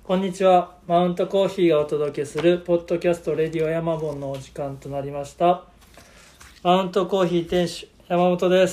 こんにちは。マウントコーヒーがお届けするポッドキャストレディオヤマボンのお時間となりました。マウントコーヒー店主山本です。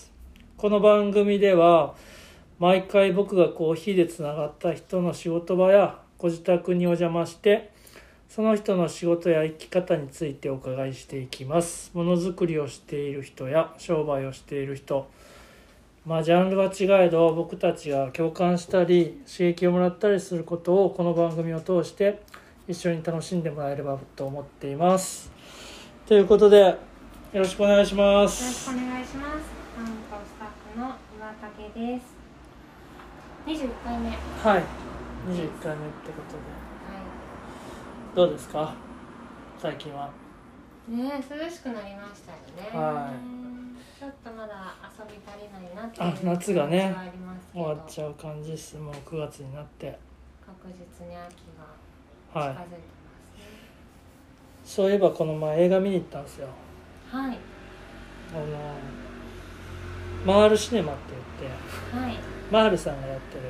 この番組では毎回僕がコーヒーでつながった人の仕事場やご自宅にお邪魔してその人の仕事や生き方についてお伺いしていきます。ものづくりをしている人や商売をしている人、ジャンルは違えど僕たちが共感したり刺激をもらったりすることをこの番組を通して一緒に楽しんでもらえればと思っています。ということでよろしくお願いします。 よろしくお願いします。マウントスタッフの岩竹です。21回目。 はい、21回目ってことで、どうですか最近は。 ねえ、涼しくなりましたよね。 はい。 ちょっとまだ遊び足りないなっていう夏がねありますけど、 終わっちゃう感じです。もう9月になって確実に秋が近づいてますね。 そういえばこの前映画見に行ったんですよ。 はい。 マールシネマって言って、 はい。 マールさんがやってる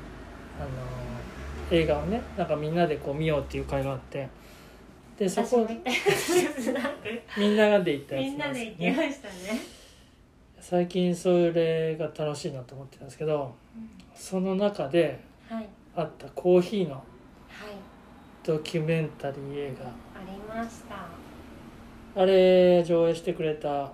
映画をね、なんかみんなでこう見ようっていう会があって、でそこみんなで行ったやつみんなんでなですよ行きましたね。 最近それが楽しいなと思ってたんですけど、その中であったコーヒーのドキュメンタリー映画、 ありました。 あれ上映してくれた、 はい、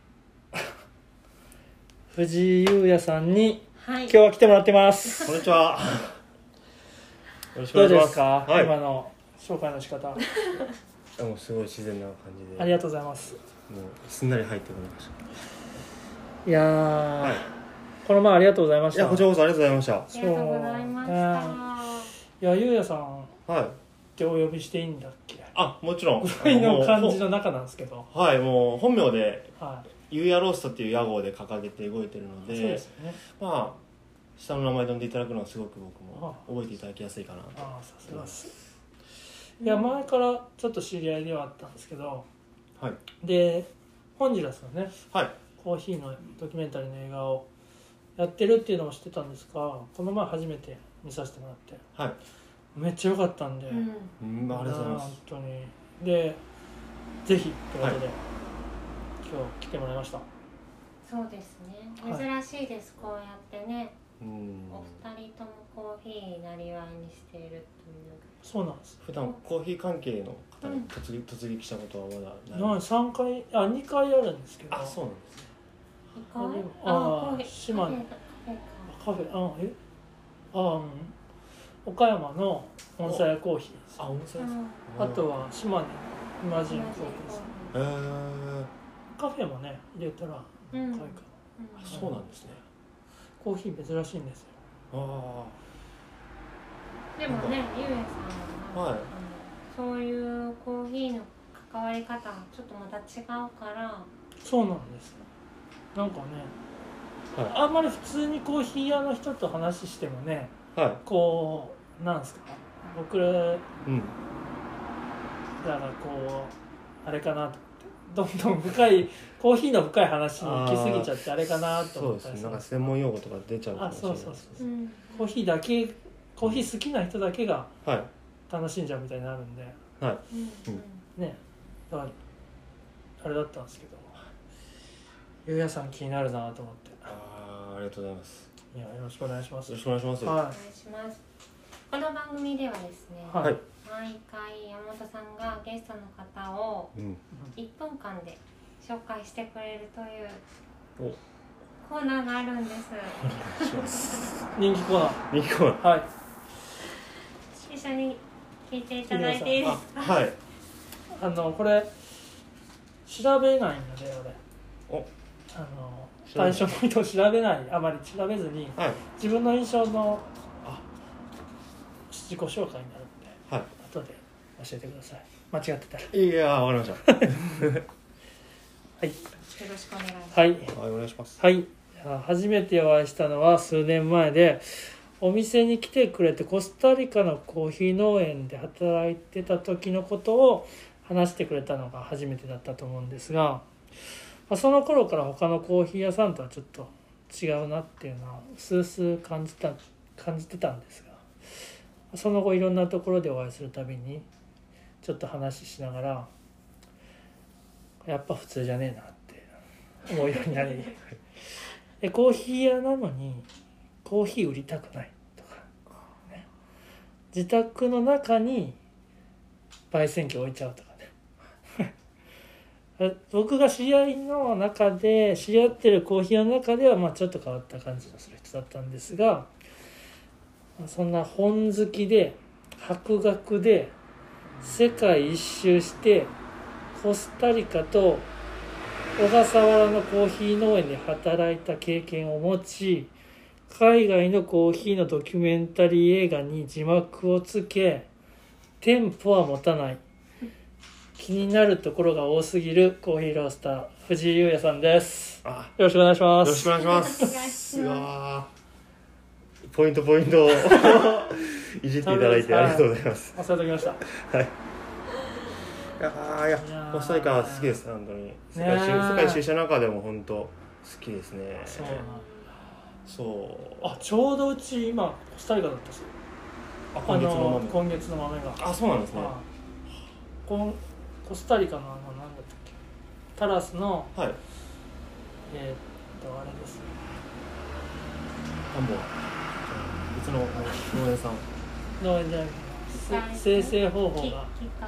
藤井優也さんに、 はい、 今日は来てもらってます。 こんにちは。よろしくおどう願いします。 ですか、 はい、 今の紹介の仕方。 もうすごい自然な感じで。 ありがとうございます。 もうすんなり入ってこられました。 いやー、はい、この前ありがとうございました。 いや、こちらこそありがとうございました。 ありがとうございました。 いや、ゆうやさんってお呼びしていいんだっけ。 あ、もちろん。 ぐらいの感じの中なんですけど。 はい、もう本名で、 はい、 ゆうやローストっていう屋号で掲げて動いてるので、 そうですね。 まあ下の名前で呼んでいただくのはすごく僕も覚えていただきやすいかなと。 ああ、さすがです。いや、前からちょっと知り合いではあったんですけど、 はい。 で、ホンジュラスのね、 はい。 コーヒーのドキュメンタリーの映画をやってるっていうのも知ってたんですが、この前初めて見させてもらって、 はい、 めっちゃ良かったんで、 ありがとうございます。 本当に。で、ぜひということで、今日来てもらいました。 そうですね、珍しいです、こうやってね、お二人ともコーヒーなりわいにしているという。 そうなんです。 普段コーヒー関係の方に突撃したことはまだない。2回あるんですけど。 あ、そうなんですね。 2回？島根カフェ、岡山の温泉屋コーヒーです。 あ、温泉です。 あとは島根イマジンコーヒーです。カフェもね入れたら買いか。 そうなんですね。 コーヒー珍しいんですよ。 でもね、ゆうやさんは、そういうコーヒーの関わり方ちょっとまた違うから。 そうなんです。なんかね、あんまり普通にコーヒー屋の人と話してもね、こうなんですか、僕らだからこうあれかなと思って、どんどん深いコーヒーの深い話に行き過ぎちゃってあれかなと思ったりする。 そうですね、なんか専門用語とか出ちゃうかもしれない。そう、 コーヒー好きな人だけが楽しんじゃうみたいになるんで、ね、だからあれだったんですけど、ゆうやさん気になるなと思って。 ありがとうございます。 いや、よろしくお願いします。 よろしくお願いします。 お願いします。この番組ではですね、毎回山本さんがゲストの方を1分間で紹介してくれるというコーナーがあるんです。 お願いします。人気コーナー。 人気コーナー。 はい。 一緒に聞いていただいていいですか。 はい。 これ調べないので、対象の人を調べない、あまり調べずに、自分の印象の自己紹介になるので、後で教えてください。間違ってたら。 いや、わかりました。はい。 よろしくお願いします。 はい、お願いします。 はい。初めてお会いしたのは数年前で、お店に来てくれてコスタリカのコーヒー農園で働いてた時のことを話してくれたのが初めてだったと思うんですが、その頃から他のコーヒー屋さんとはちょっと違うなっていうのは薄々感じてたんですが、 その後いろんなところでお会いするたびにちょっと話しながらやっぱ普通じゃねえなって思うようになりコーヒー屋なのにコーヒー売りたくないとか、ね、自宅の中に焙煎機置いちゃうとかね僕が知り合いの中で知り合ってるコーヒー屋の中ではまあちょっと変わった感じのする人だったんですが、そんな本好きで博学で世界一周してコスタリカと小笠原のコーヒー農園で働いた経験を持ち、海外のコーヒーのドキュメンタリー映画に字幕をつけ、店舗は持たない、気になるところが多すぎるコーヒーロースター藤井優也さんです。よろしくお願いします。 よろしくお願いします。うわポイントをいじっていただいてありがとうございます。 忘れておきました。 はい。いやコスタリカは好きです。本当に世界一周した中でも本当好きですね。そうちょうどうち今コスタリカだったし、今月の豆がそうなんですね。 コスタリカのなんだったっけ、タラスの、 はい、 あれですね、 田んぼ別の農園さん農園じゃない、生成方法が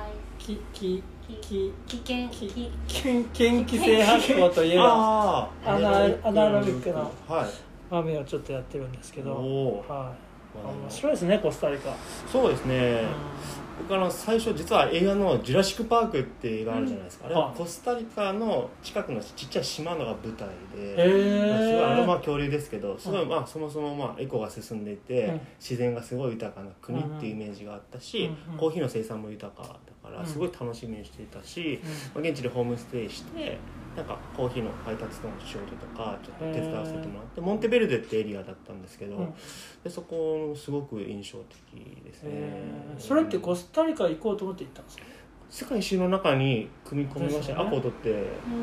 嫌気性発酵といえばアナロビックの豆をちょっとやってるんですけど、面白いですねコスタリカ。 そうですね、僕最初実は映画のジュラシックパークっていう映画あるじゃないですか、あれはコスタリカの近くのちっちゃい島のが舞台で、すごい恐竜ですけど、すごいそもそもエコが進んでいて、自然がすごい豊かな国っていうイメージがあったし、コーヒーの生産も豊かだからすごい楽しみにしていたし、現地でホームステイしてなんかコーヒーの配達の仕事とかちょっと手伝わせてもらって、モンテベルデってエリアだったんですけど、でそこすごく印象的ですね。 それってコスタリカ行こうと思って行ったんですか？ 世界一周の中に組み込みましたね、アポを取って、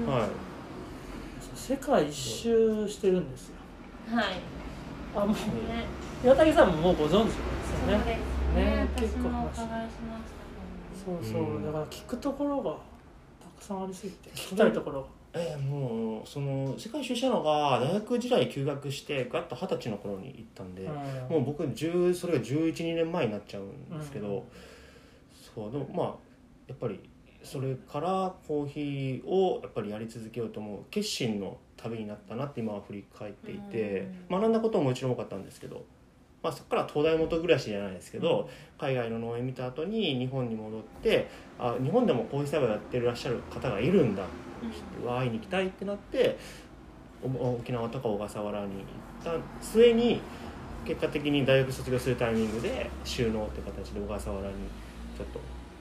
世界一周してるんですよ。 はい。 もう岩竹さんももうご存知ですよね。 そうですね。結構お伺いしました。 そうだから聞くところがたくさんありすぎて聞きたいところが。 もうその世界一周したのが大学時代休学してガッと20歳の頃に行ったんで、もう僕それが11、2年前になっちゃうんですけど、そうでもやっぱりそれからコーヒーをやっぱりやり続けようと思う決心の旅になったなって今は振り返っていて、学んだことももちろん多かったんですけど、そこから東大元暮らしじゃないですけど、海外の農園見た後に日本に戻って、日本でもコーヒー栽培やってらっしゃる方がいるんだ、会いに行きたいってなって沖縄とか小笠原に行った末に、結果的に大学卒業するタイミングで就農って形で小笠原にちょっと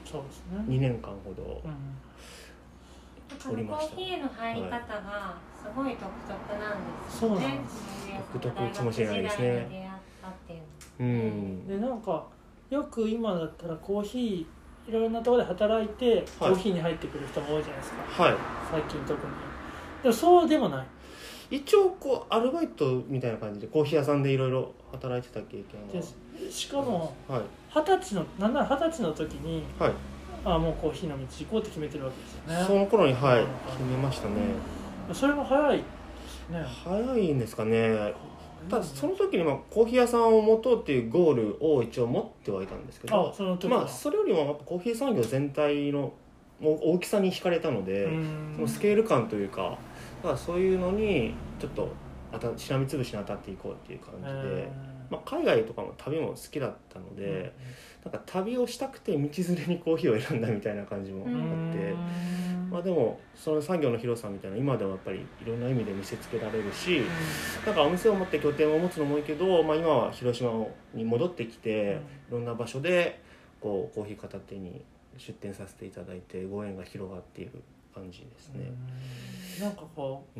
2年間ほどおりました。 コーヒーへの入り方がすごい独特なんですよね。 独特かもしれないですね。 でなんかよく今だったらコーヒーいろんなところで働いてコーヒーに入ってくる人も多いじゃないですか、最近特に。でもそうでもない。 一応アルバイトみたいな感じでコーヒー屋さんでいろいろ働いてた経験は。 しかも20歳の時に、もうコーヒーの道行こうって決めてるわけですよね。 その頃に決めましたね。 それも早いですね。 早いんですかね。ただその時にコーヒー屋さんを持とうっていうゴールを一応持ってはいたんですけど、それよりもコーヒー産業全体の大きさに惹かれたので、そのスケール感というか、そういうのにちょっとしらみつぶしに当たっていこうっていう感じで、海外とかも旅も好きだったので、なんか旅をしたくて道連れにコーヒーを選んだみたいな感じもあって、でもその産業の広さみたいな今でもやっぱりいろんな意味で見せつけられるし、なんかお店を持って拠点を持つのもいいけど、今は広島に戻ってきていろんな場所でコーヒー片手に出店させていただいてご縁が広がっている感じですね。 なんか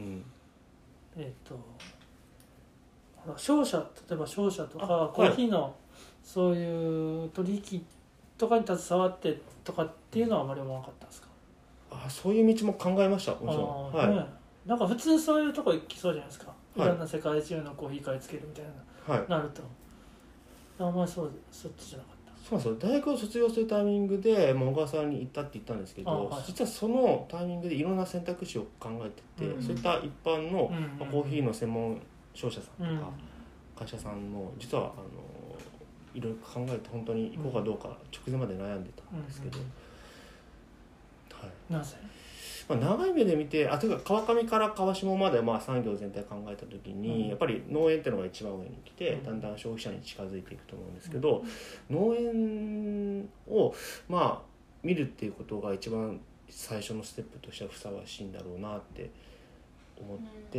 商社、例えば商社とかコーヒーのそういう取引とかに携わってとかっていうのはあまり思わなかったんですか？ そういう道も考えました。もちろん。 なんか普通そういうとこ行きそうじゃないですか。いろんな世界中のコーヒー買い付けるみたいな、なると。あんまりそっちじゃなかった。 そうなんですよ。大学を卒業するタイミングで、小笠原に行ったって言ったんですけど、実はそのタイミングでいろんな選択肢を考えてて、そういった一般の、コーヒーの専門商社さんとか、会社さんも実はいろいろ考えて本当に行こうかどうか直前まで悩んでたんですけど、はい、 なぜ？ 長い目で見て、というか川上から川下まで産業全体考えた時に、やっぱり農園っていうのが一番上に来て、だんだん消費者に近づいていくと思うんですけど、農園を見るっていうことが一番最初のステップとしてはふさわしいんだろうなって思って、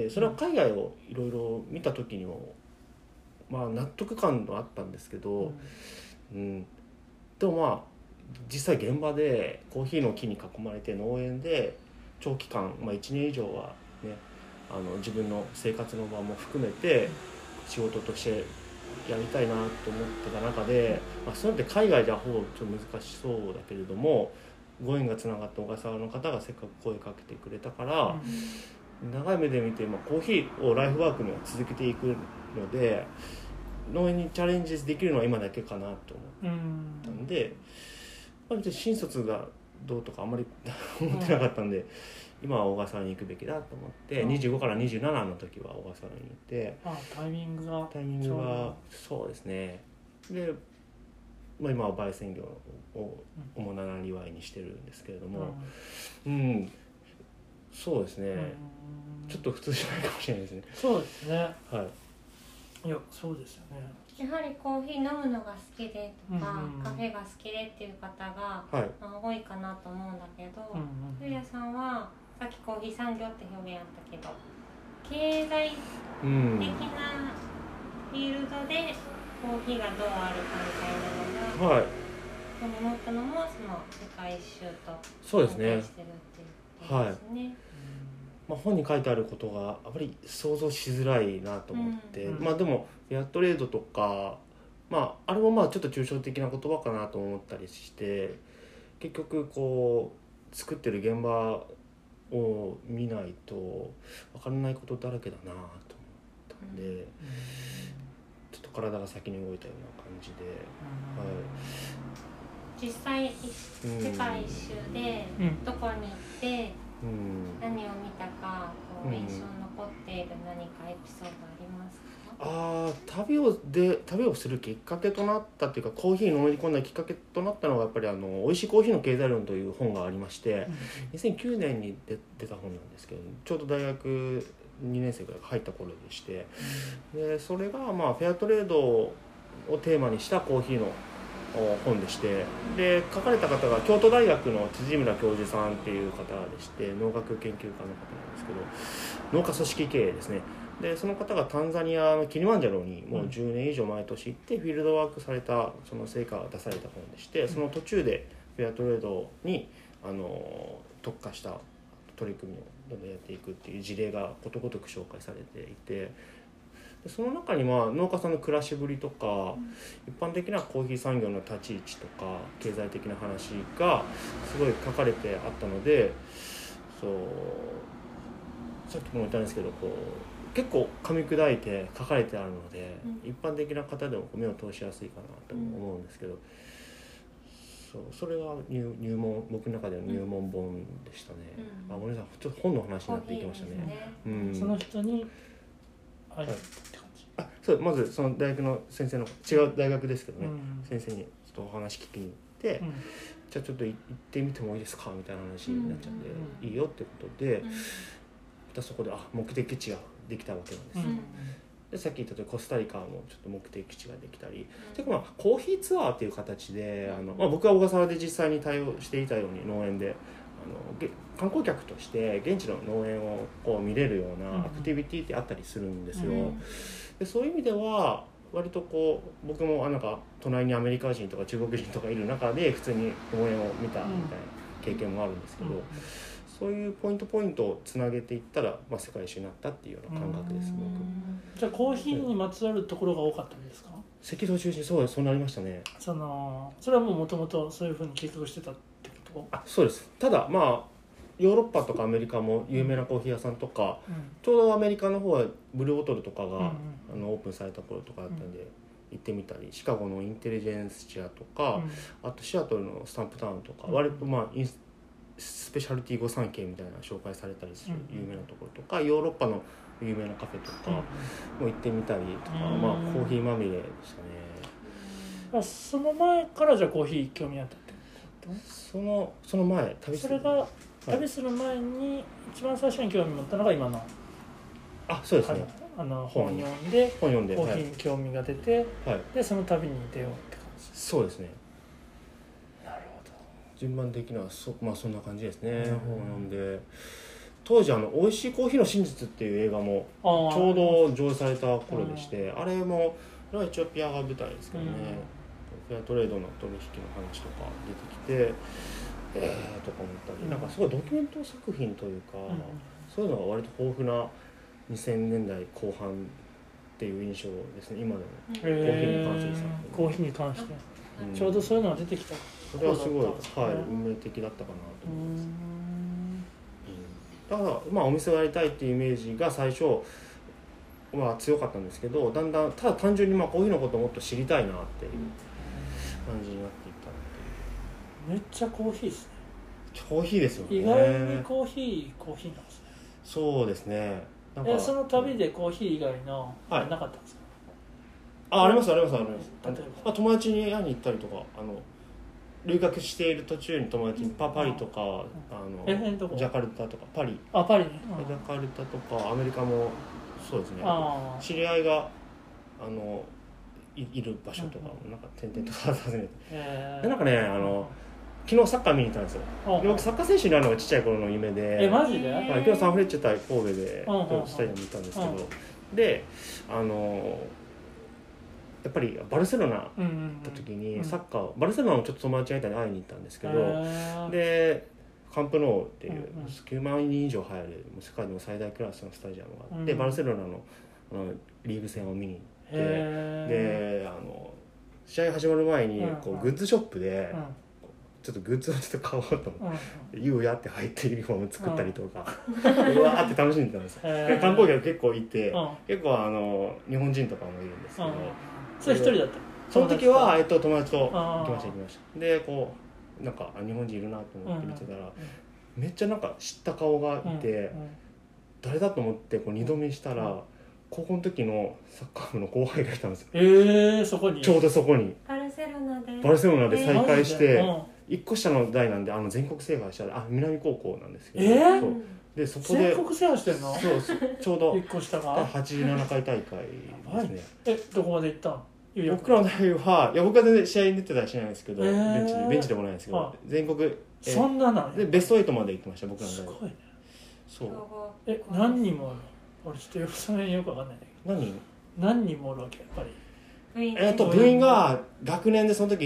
それは海外をいろいろ見た時にも納得感があったんですけど、でも実際現場でコーヒーの木に囲まれて農園で長期間、1年以上はね、自分の生活の場も含めて仕事としてやりたいなと思ってた中で、そういうのって海外ではほぼちょっと難しそうだけれども、ご縁がつながった小笠原の方がせっかく声かけてくれたから、長い目で見て、コーヒーをライフワークには続けていくので、農園にチャレンジできるのは今だけかなと思ったんで、新卒がどうとかあんまり思ってなかったんで、今は小笠原に行くべきだと思って、25から27の時は小笠原に行って、 タイミングがそうですね。で、今は焙煎業を主ななりわいにしてるんですけれども、そうですね、ちょっと普通じゃないかもしれないですね。 そうですね。 はい。 いや、そうですよね。 やはりコーヒー飲むのが好きでとか、カフェが好きでっていう方が、多いかなと思うんだけど、古谷さんはさっきコーヒー産業って表現あったけど、経済的なフィールドでコーヒーがどうあるかみたいなのが、思ったのもその世界一周とそうですね。 してるっていうことですね。 本に書いてあることがあまり想像しづらいなと思って、でもフェアトレードとか、あれもちょっと抽象的な言葉かなと思ったりして、結局こう作ってる現場を見ないと分からないことだらけだなと思ったんで、ちょっと体が先に動いたような感じで、 実際世界一周でどこに行って何を見たか、印象に残っている何かエピソードありますか？旅をするきっかけとなったっていうか、コーヒーにのめり込んだきっかけとなったのがやっぱり美味しいコーヒーの経済論という本がありまして、2009年に出た本なんですけど、ちょうど大学2年生ぐらい入った頃でして、でそれがフェアトレードをテーマにしたコーヒーの本でして、で書かれた方が京都大学の辻村教授さんっていう方でして、農学研究家の方なんですけど、農家組織経営ですね。でその方がタンザニアのキリマンジャロにもう10年以上毎年行ってフィールドワークされたその成果が出された本でして、その途中でフェアトレードに特化した取り組みをどんどんやっていくっていう事例がことごとく紹介されていて、その中に農家さんの暮らしぶりとか、一般的なコーヒー産業の立ち位置とか経済的な話がすごい書かれてあったので、さっきも言ったんですけど、結構噛み砕いて書かれてあるので、一般的な方でも目を通しやすいかなと思うんですけど、それが僕の中での入門本でしたね。ごめんなさい、ちょっと本の話になっていきましたね。 その人にって感じ。 そう、まずその大学の先生の違う大学ですけどね、先生にちょっとお話聞きに行って、じゃあちょっと行ってみてもいいですかみたいな話になっちゃうんで、いいよってことで、そこで目的地ができたわけなんです。でさっき言ったとおりコスタリカもちょっと目的地ができたり、コーヒーツアーっていう形で僕は小笠原で実際に対応していたように農園で観光客として現地の農園を見れるようなアクティビティってあったりするんですよ。でそういう意味では割と僕も隣にアメリカ人とか中国人とかいる中で普通に農園を見たみたいな経験もあるんですけど、そういうポイントをつなげていったら、世界一周になったっていうような感覚です。僕じゃあコーヒーにまつわるところが多かったんですか？ 赤道中心、そうなりましたね。 それはもともとそういうふうに計画してたってこと？ そうです。ただヨーロッパとかアメリカも有名なコーヒー屋さんとか、ちょうどアメリカの方はブルーボトルとかが、オープンされた頃とかだったんで、 行ってみたり、シカゴのインテリジェンスチアとか、あとシアトルのスタンプタウンとか、割とスペシャリティ御三家みたいな紹介されたりする有名なところとか、ヨーロッパの有名なカフェとかも行ってみたりとか、コーヒーまみれでしたね。 その前からじゃあコーヒー興味あったってこと？ その前それが旅する前に一番最初に興味持ったのが今のそうですね、 本読んでコーヒーに興味が出て、でその旅に出ようって感じ。 そうですね。 なるほど。 順番的にはそんな感じですね。本読んで、当時美味しいコーヒーの真実っていう映画もちょうど上映された頃でして、あれもエチオピアが舞台ですけどね、フェアトレードの取引の話とか出てきて、とか思ったり、なんかすごいドキュメント作品というか、そういうのが割と豊富な2000年代後半っていう印象ですね、今でも。コーヒーに関する作品、 コーヒーに関して、ちょうどそういうのが出てきた。 それはすごい、運命的だったかなと思います。だからお店をやりたいっていうイメージが最初強かったんですけど、だんだんただ単純にコーヒーのことをもっと知りたいなっていう感じになっていったっていう。 めっちゃコーヒーですね。 コーヒーですよね。 意外にコーヒーなんですね。 そうですね。 その旅でコーヒー以外のなかったんですか？ あります。例えば友達に会いに行ったりとか、留学している途中に友達にパリとかジャカルタとかパリ、 ジャカルタとかアメリカもそうですね。知り合いがいる場所とかもなんか点々と訪ねて、なんかね昨日サッカー見に行ったんですよ。僕サッカー選手になるのがちっちゃい頃の夢で、 マジで？ 昨日サンフレッチェ対神戸でスタジアムに行ったんですけど、でやっぱりバルセロナ行った時にサッカー、バルセロナもちょっと友達がいたので会いに行ったんですけど、でカンプノーっていう9万人以上入る世界でも最大クラスのスタジアムがあって、バルセロナのリーグ戦を見に行って、で試合始まる前にグッズショップでちょっとグッズをちょっと買おうと思って、ゆうやって入ってユニフォーム作ったりとか、うわーって楽しんでたんですよ。観光客結構いて、結構日本人とかもいるんですけど、 それ一人だった？ その時は友達と行きましたでなんか日本人いるなと思って見てたら、めっちゃなんか知った顔がいて、誰だと思って二度見したら、高校の時のサッカー部の後輩がいたんですよ。 そこに？ ちょうどそこにバルセロナで再会して、1個下の代なんで全国制覇した南高校なんですけど、でそこで全国制覇してんの？ そうちょうど 1個下が 87回大会ですね。 どこまで行ったん？ 僕らの代は僕は全然試合に出てたりしないんですけど、ベンチでもないんですけど、全国そんななんでベスト8まで行ってました、僕らの代は。 すごいね。 そう何人もあるの？俺ちょっとその辺よく分かんないんだけど、何人もおるわけやっぱり。 部員が学年でその時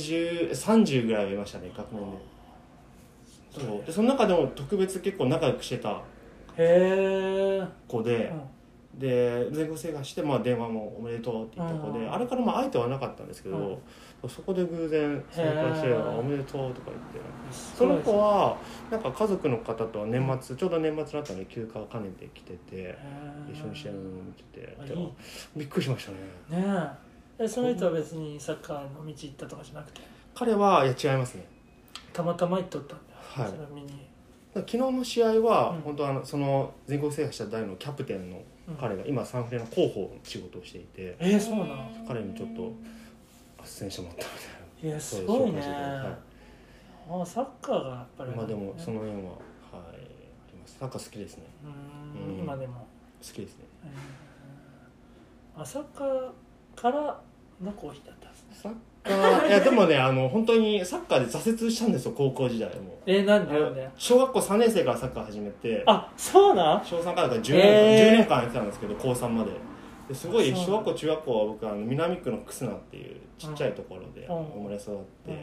30ぐらいいましたね、学年で。そうでその中でも特別結構仲良くしてた子で、で全国制覇して、電話もおめでとうって言った子で、あれから会えてはなかったんですけど、そこで偶然再会しておめでとうとか言って、その子はなんか家族の方とちょうど年末だったので休暇を兼ねて来てて、一緒に試合を見てて、びっくりしましたね。 ねえ、その人は別にサッカーの道行ったとかじゃなくて？ 彼は違いますね。 たまたま行っとったんだよ。 それ見に。昨日の試合は、本当その全国制覇した代のキャプテンの彼が今サンフレの広報の仕事をしていて、 そうなの？ 彼にちょっと斡旋してもらったみたいな。 すごいね。サッカーがやっぱり、 でもその縁はあります。サッカー好きですね。 今でも好きですね。 サッカーからのコーヒーだったんですね。 サッカーいやでもね本当にサッカーで挫折したんですよ、高校時代も。 なんで？ 小学校3年生からサッカー始めて、 そうなん？ 小3から10年間やってたんですけど、高3まですごい小学校中学校は僕南区の楠名っていうちっちゃいところで生まれ育って、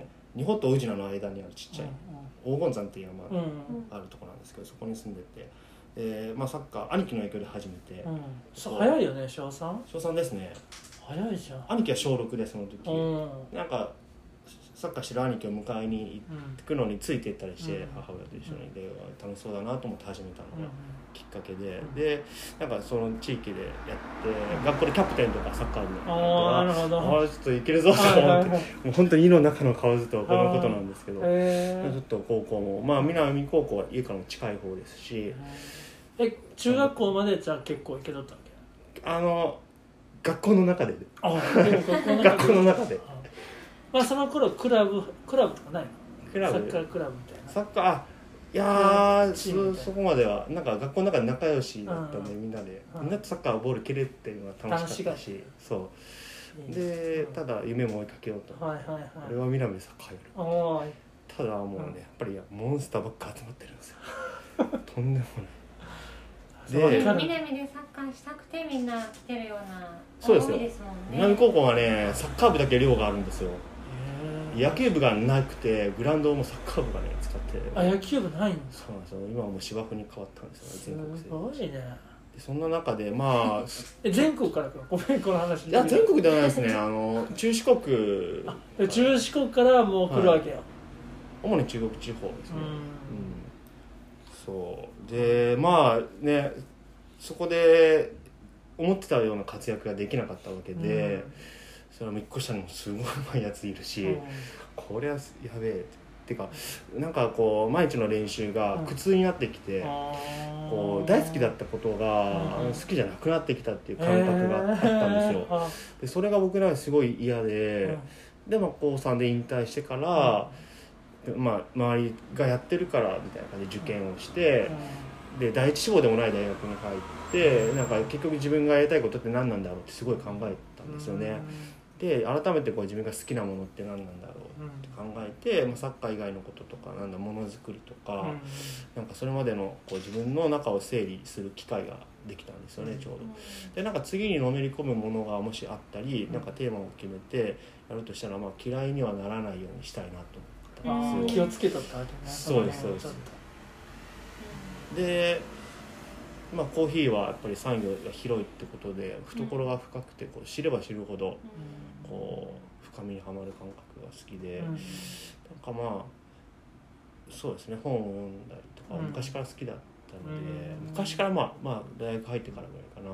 日本と宇品の間にあるちっちゃい黄金山っていう山があるところなんですけど、そこに住んでて、サッカー兄貴の影響で始めて、 早いよね。小 3？ 小3ですね。 早いじゃん。 兄貴は小6でその時、なんかサッカーしてる兄貴を迎えに行くのについていったりして、母親と一緒にで楽しそうだなと思って始めたのがきっかけで、でなんかその地域でやって学校でキャプテンとかサッカー部のなるほど、 ちょっといけるぞと思って、もう本当に井の中の蛙とこのことなんですけど、ちょっと高校もまあ南高校は家からも近い方ですし、 中学校までじゃあ結構行けとったわけ？ 学校の中で学校の中でまあその頃クラブとかないの？ クラブサッカークラブみたいな。 サッカーいやそこまではなんか学校の中で仲良しだったんで、みんなとサッカーボール蹴れっていうのは楽しかったし、そうでただ夢も追いかけようと、俺は南でサッカーやる。ただもうねやっぱりモンスターばっか集まってるんですよとんでもないで南でサッカーしたくてみんな来てるようなそうですよ。 多いですもんね。 南高校はねサッカー部だけ寮があるんですよ。野球部がなくてグラウンドもサッカー部がね使って野球部ないんですか？ そうなんですよ。今はもう芝生に変わったんですよね、全国制。 すごいね。 でそんな中でまあ全国からごめんこの話。 いや全国ではないですね。中四国中四国からもう来るわけよ。 主に中国地方ですね。そうでまあねそこで思ってたような活躍ができなかったわけで、それはもう一個下にもすごい上手いやついるし、これはやべえってかなんかこう毎日の練習が苦痛になってきて、こう大好きだったことが好きじゃなくなってきたっていう感覚があったんですよ。でそれが僕らはすごい嫌で、でも高3で引退してから、まあ、周りがやってるからみたいな感じで受験をして、で第一志望でもない大学に入ってなんか結局自分がやりたいことって何なんだろうってすごい考えたんですよね。で改めてこう自分が好きなものって何なんだろうって考えて、まあ、サッカー以外のこととかなんだものづくりとか、なんかそれまでのこう自分の中を整理する機会ができたんですよね、ちょうど。でなんか次にのめり込むものがもしあったり、なんかテーマを決めてやるとしたら、まあ、嫌いにはならないようにしたいなと思ったんですよ。 気をつけとったわけね。 そうですそうです。でまあ、コーヒーはやっぱり産業が広いってことで懐が深くてこう知れば知るほどこう深みにはまる感覚が好きで、なんかまあそうですね、本を読んだりとか昔から好きだったので、昔からまあ大学入ってからぐらいか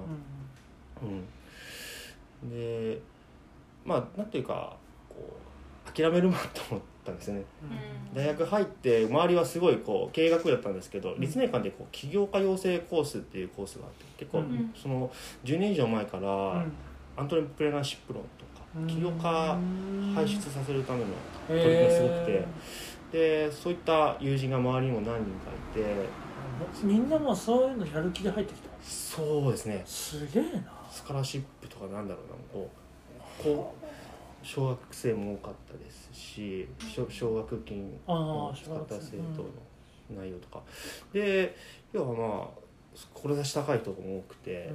な、でまあなんていうかこう諦めるまと思ったんですよね。大学入って周りはすごいこう経営学部だったんですけど、立命館でこう起業家養成コースっていうコースがあって結構その10年以上前からアントレプレナーシップ論とか起業家輩出させるための取り組みがすごくて、でそういった友人が周りにも何人かいて、 みんなもそういうのやる気で入ってきた。 そうですね。 すげえな。 スカラシップとかなんだろうな、こう小学生も多かったですし、奨学金を使った制度の内容とかで、要はまあ志高い人も多くて、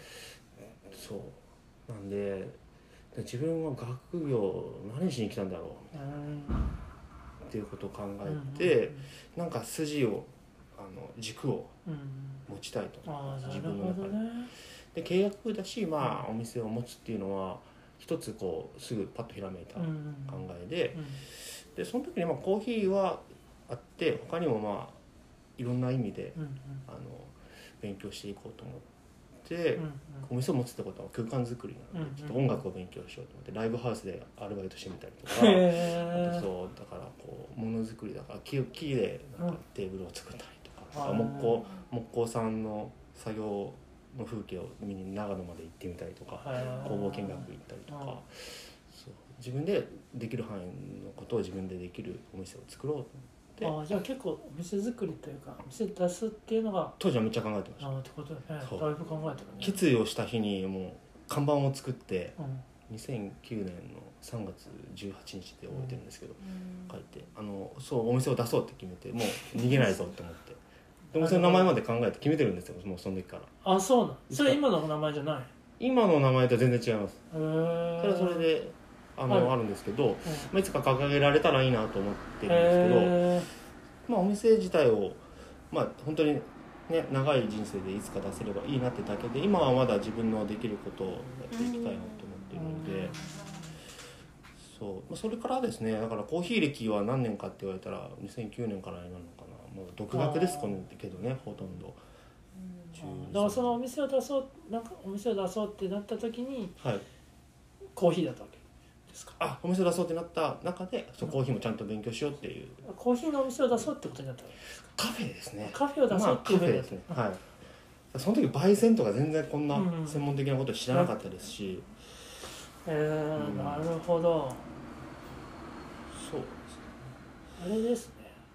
そうなんで自分は学業何しに来たんだろうっていうことを考えて、なんか筋を軸を持ちたいと、自分の中で。で契約だし、まあお店を持つっていうのは一つこうすぐパッとひらめいた考えで、でその時にまあコーヒーはあって他にもまあいろんな意味で勉強していこうと思って、お店を持つってことは空間作りなので、ちょっと音楽を勉強しようと思ってライブハウスでアルバイトしてみたりとか、あとそうだからこうものづくりだから木でなんかテーブルを作ったりとか、木工さんの作業の風景を見に長野まで行ってみたりとか、工房見学行ったりとか、そう自分でできる範囲のことを自分でできるお店を作ろうと思って。 じゃあ結構お店作りというかお店出すっていうのが当時はめっちゃ考えてました。 ってことだね。だいぶ考えてるね。 決意をした日にもう看板を作って、2009年の3月18日で覚えてるんですけど、書いてそうお店を出そうって決めて、もう逃げないぞって思ってお店の名前まで考えて決めてるんですよ、もうその時から。そうなんそれ今の名前じゃない？今の名前とは全然違います。それはそれであるんですけど、いつか掲げられたらいいなと思ってるんですけど、お店自体を本当にね長い人生でいつか出せればいいなってだけで、今はまだ自分のできることをやっていきたいなと思っているので、 それからですね、だからコーヒー歴は何年かって言われたら2009年からになるのかな、もう独学ですけどね、ほとんど。 だからそのお店を出そうってなった時に、はい、コーヒーだったわけですか？ お店を出そうってなった中でコーヒーもちゃんと勉強しようっていう、 コーヒーのお店を出そうってことになったわけですか？ カフェですね。 カフェを出そうっていうふうになった、 カフェですね、はい。その時焙煎とか全然こんな専門的なこと知らなかったですし、 なるほど。 そうですね。 あれですね、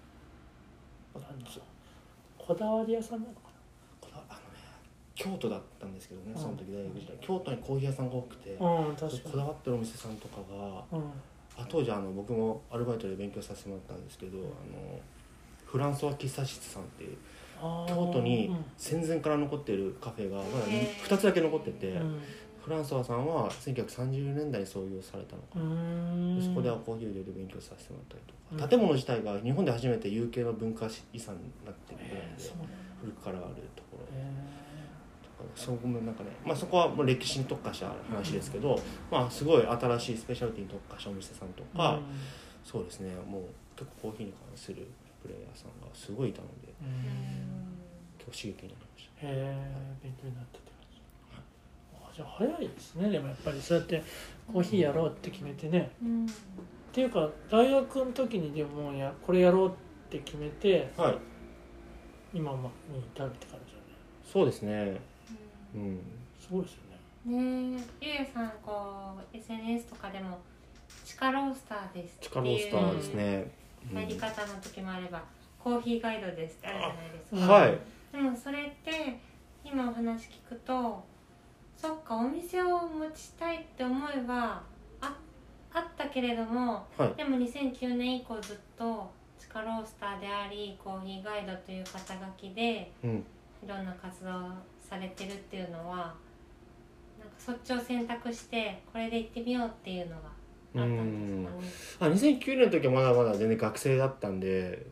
こだわり屋さんなのかな。 京都だったんですけどね、その時大学時代、京都にコーヒー屋さんが多くて、 確かにこだわってるお店さんとかが、当時僕もアルバイトで勉強させてもらったんですけど、フランソワ喫茶室さんっていう京都に戦前から残っているカフェがまだ2つだけ残ってて、フランソワさんは1930年代に創業されたのかな。でそこではコーヒーを入れて勉強させてもらったりとか、建物自体が日本で初めて有形の文化遺産になってるぐらいで古くからあるところ、そこもなんかね、そこはもう歴史に特化した話ですけど、すごい新しいスペシャリティに特化したお店さんとか、そうですね、もう結構コーヒーに関するプレイヤーさんがすごいいたので、結構刺激になりました。 勉強になったって感じ。じゃあ早いですね。でもやっぱりそうやってコーヒーやろうって決めてね、っていうか大学の時にでもこれやろうって決めて、今に至るって感じだね。 そうですね。 すごいですよね。 ゆうやさんSNS とかでも地下ロースターですっていう、 地下ロースターですね、 入り方の時もあればコーヒーガイドですってあるじゃないですか。はい。 でもそれって今お話聞くと、そっか、お店を持ちたいって思えばあったけれども、でも2009年以降ずっと地下ロースターでありコーヒーガイドという肩書きで、いろんな活動をされてるっていうのは、なんかそっちを選択してこれで行ってみようっていうのがあったんですかね。 2009年の時はまだまだ全然学生だったんで、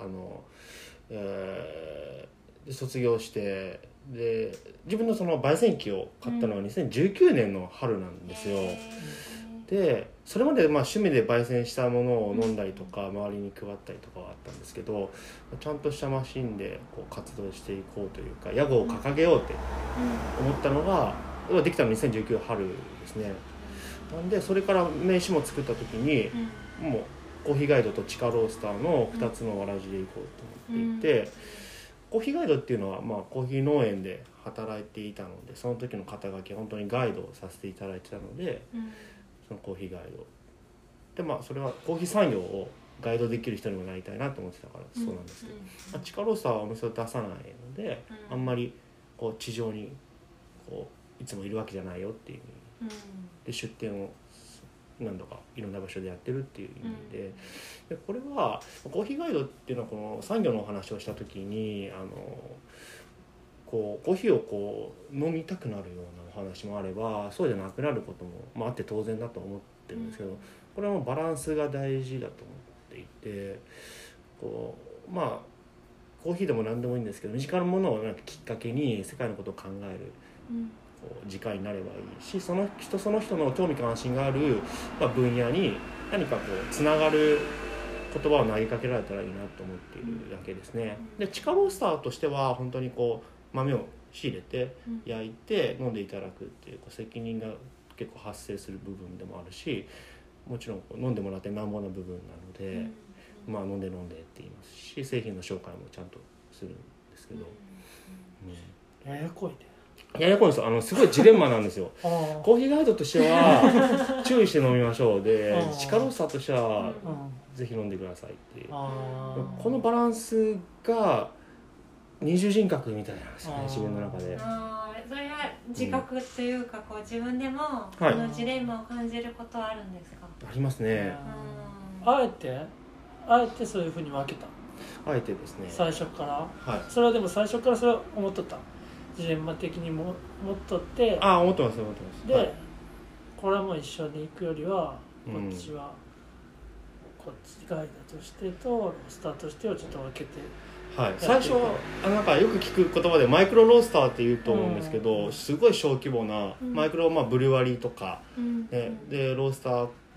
卒業してで自分のその焙煎機を買ったのは2019年の春なんですよ。でそれまで趣味で焙煎したものを飲んだりとか、周りに配ったりとかはあったんですけど、ちゃんとしたマシンで活動していこうというか、屋号を掲げようって思ったのが、できたの2019春ですね。なんでそれから名刺も作った時に、もうコーヒーガイドと地下ロースターの2つのわらじでいこうと思っていて、コーヒーガイドっていうのはコーヒー農園で働いていたので、その時の肩書きは本当にガイドをさせていただいてたので、そのコーヒーガイドで、それはコーヒー産業をガイドできる人にもなりたいなと思ってたからそうなんですけど、地下ロースターはお店を出さないので、あんまり地上にいつもいるわけじゃないよっていう意味で、出店を何度かいろんな場所でやってるっていう意味で、でこれはコーヒーガイドっていうのはこの産業のお話をした時にコーヒーを飲みたくなるようなお話もあれば、そうじゃなくなることも、あって当然だと思ってるんですけど、これはもうバランスが大事だと思っていて、コーヒーでも何でもいいんですけど、身近なものをきっかけに世界のことを考える時間になればいいし、その人の興味関心がある分野に何かつながる言葉を投げかけられたらいいなと思っているだけですね。で地下ロースターとしては本当に豆を仕入れて焼いて飲んでいただくっていう責任が結構発生する部分でもあるし、もちろん飲んでもらってなんぼな部分なので、飲んでって言いますし、製品の紹介もちゃんとするんですけど、 ややこいね。 ややこいんですよ。すごいジレンマなんですよ。コーヒーガイドとしては注意して飲みましょうで、地下ロースターとしてはぜひ飲んでくださいっていう、このバランスが二重人格みたいなんですよね、自分の中で。 それは自覚というか、自分でもこのジレンマを感じることはあるんですか？ ありますね。 あえてそういうふうに分けた。 あえてですね。 最初から。それはでも最初からそれは思っとった。ジレンマ的にも持っとって。 思ってます。 で、これはもう一緒に行くよりはこっちガイドとしてとロースターとしてをちょっと分けて。 最初よく聞く言葉でマイクロロースターって言うと思うんですけど、すごい小規模なマイクロブリュワリーとか、でロースター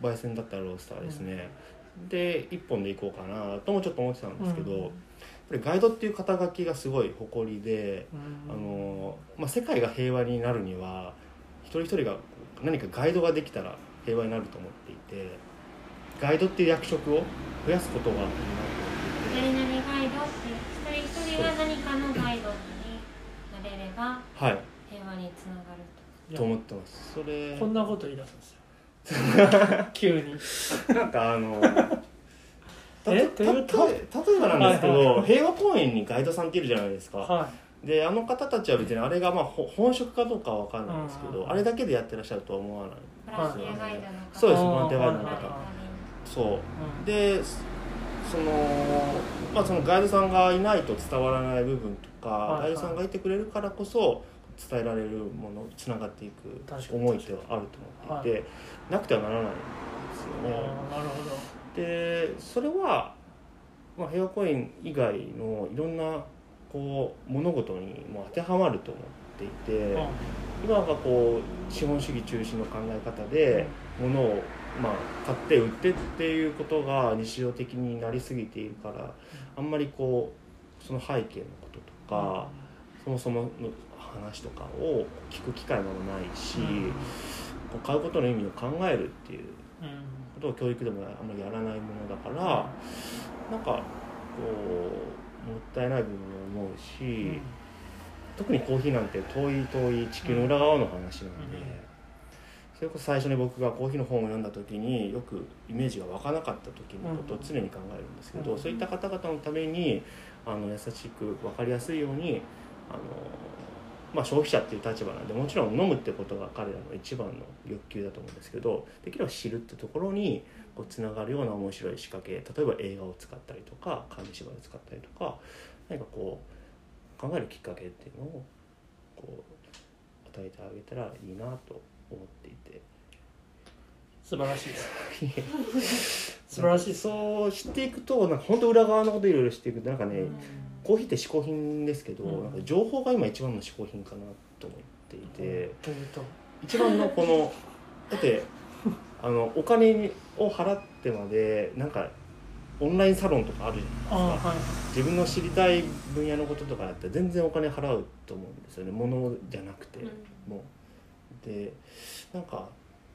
焙煎だったらロースターですね、で1本でいこうかなともちょっと思ってたんですけど、やっぱりガイドっていう肩書きがすごい誇りで、世界が平和になるには一人一人が何かガイドができたら平和になると思っていて、ガイドっていう役職を増やすことがいいなと思っていて、 何々ガイドって一人一人が何かのガイドになれれば平和につながると思ってます。それこんなこと言い出すんですよ急になんか例えばなんですけど、平和公園にガイドさんっているじゃないですか、であの方たちは別にあれが本職かどうかは分かんないんですけど、あれだけでやってらっしゃるとは思わないですよね。そうです、ボランティアガイドの方、そうでそのガイドさんがいないと伝わらない部分とか、ガイドさんがいてくれるからこそ伝えられるもの、つながっていく思いってあると思っていて、なくてはならないんですよね。 なるほど。 でそれは、平和公園以外のいろんなこう物事にも当てはまると思っていて、今がこう資本主義中心の考え方で物を買って売ってっていうことが日常的になりすぎているから、あんまりこうその背景のこととか、そもそもの話とかを聞く機会もないし、買うことの意味を考えるっていうことを教育でもあんまりやらないものだから、なんかこうもったいない部分も思うし、特にコーヒーなんて遠い地球の裏側の話なんで、それこそ最初に僕がコーヒーの本を読んだ時によくイメージが湧かなかった時のことを常に考えるんですけど、そういった方々のために優しく分かりやすいように消費者っていう立場なんで、もちろん飲むってことが彼らの一番の欲求だと思うんですけど、できれば知るってところにこうつながるような面白い仕掛け、例えば映画を使ったりとか紙芝居を使ったりとか、何かこう考えるきっかけっていうのをこう与えてあげたらいいなと思っていて、 素晴らしいです素晴らしい。 そう知っていくと、なんか本当裏側のこといろいろ知っていくと、なんかね、コーヒーって嗜好品ですけど、なんか情報が今一番の嗜好品かなと思っていて、一番のこのだってお金を払ってまでなんかオンラインサロンとかあるじゃないですか、自分の知りたい分野のこととかやって全然お金払うと思うんですよね、物じゃなくて、もうでなんか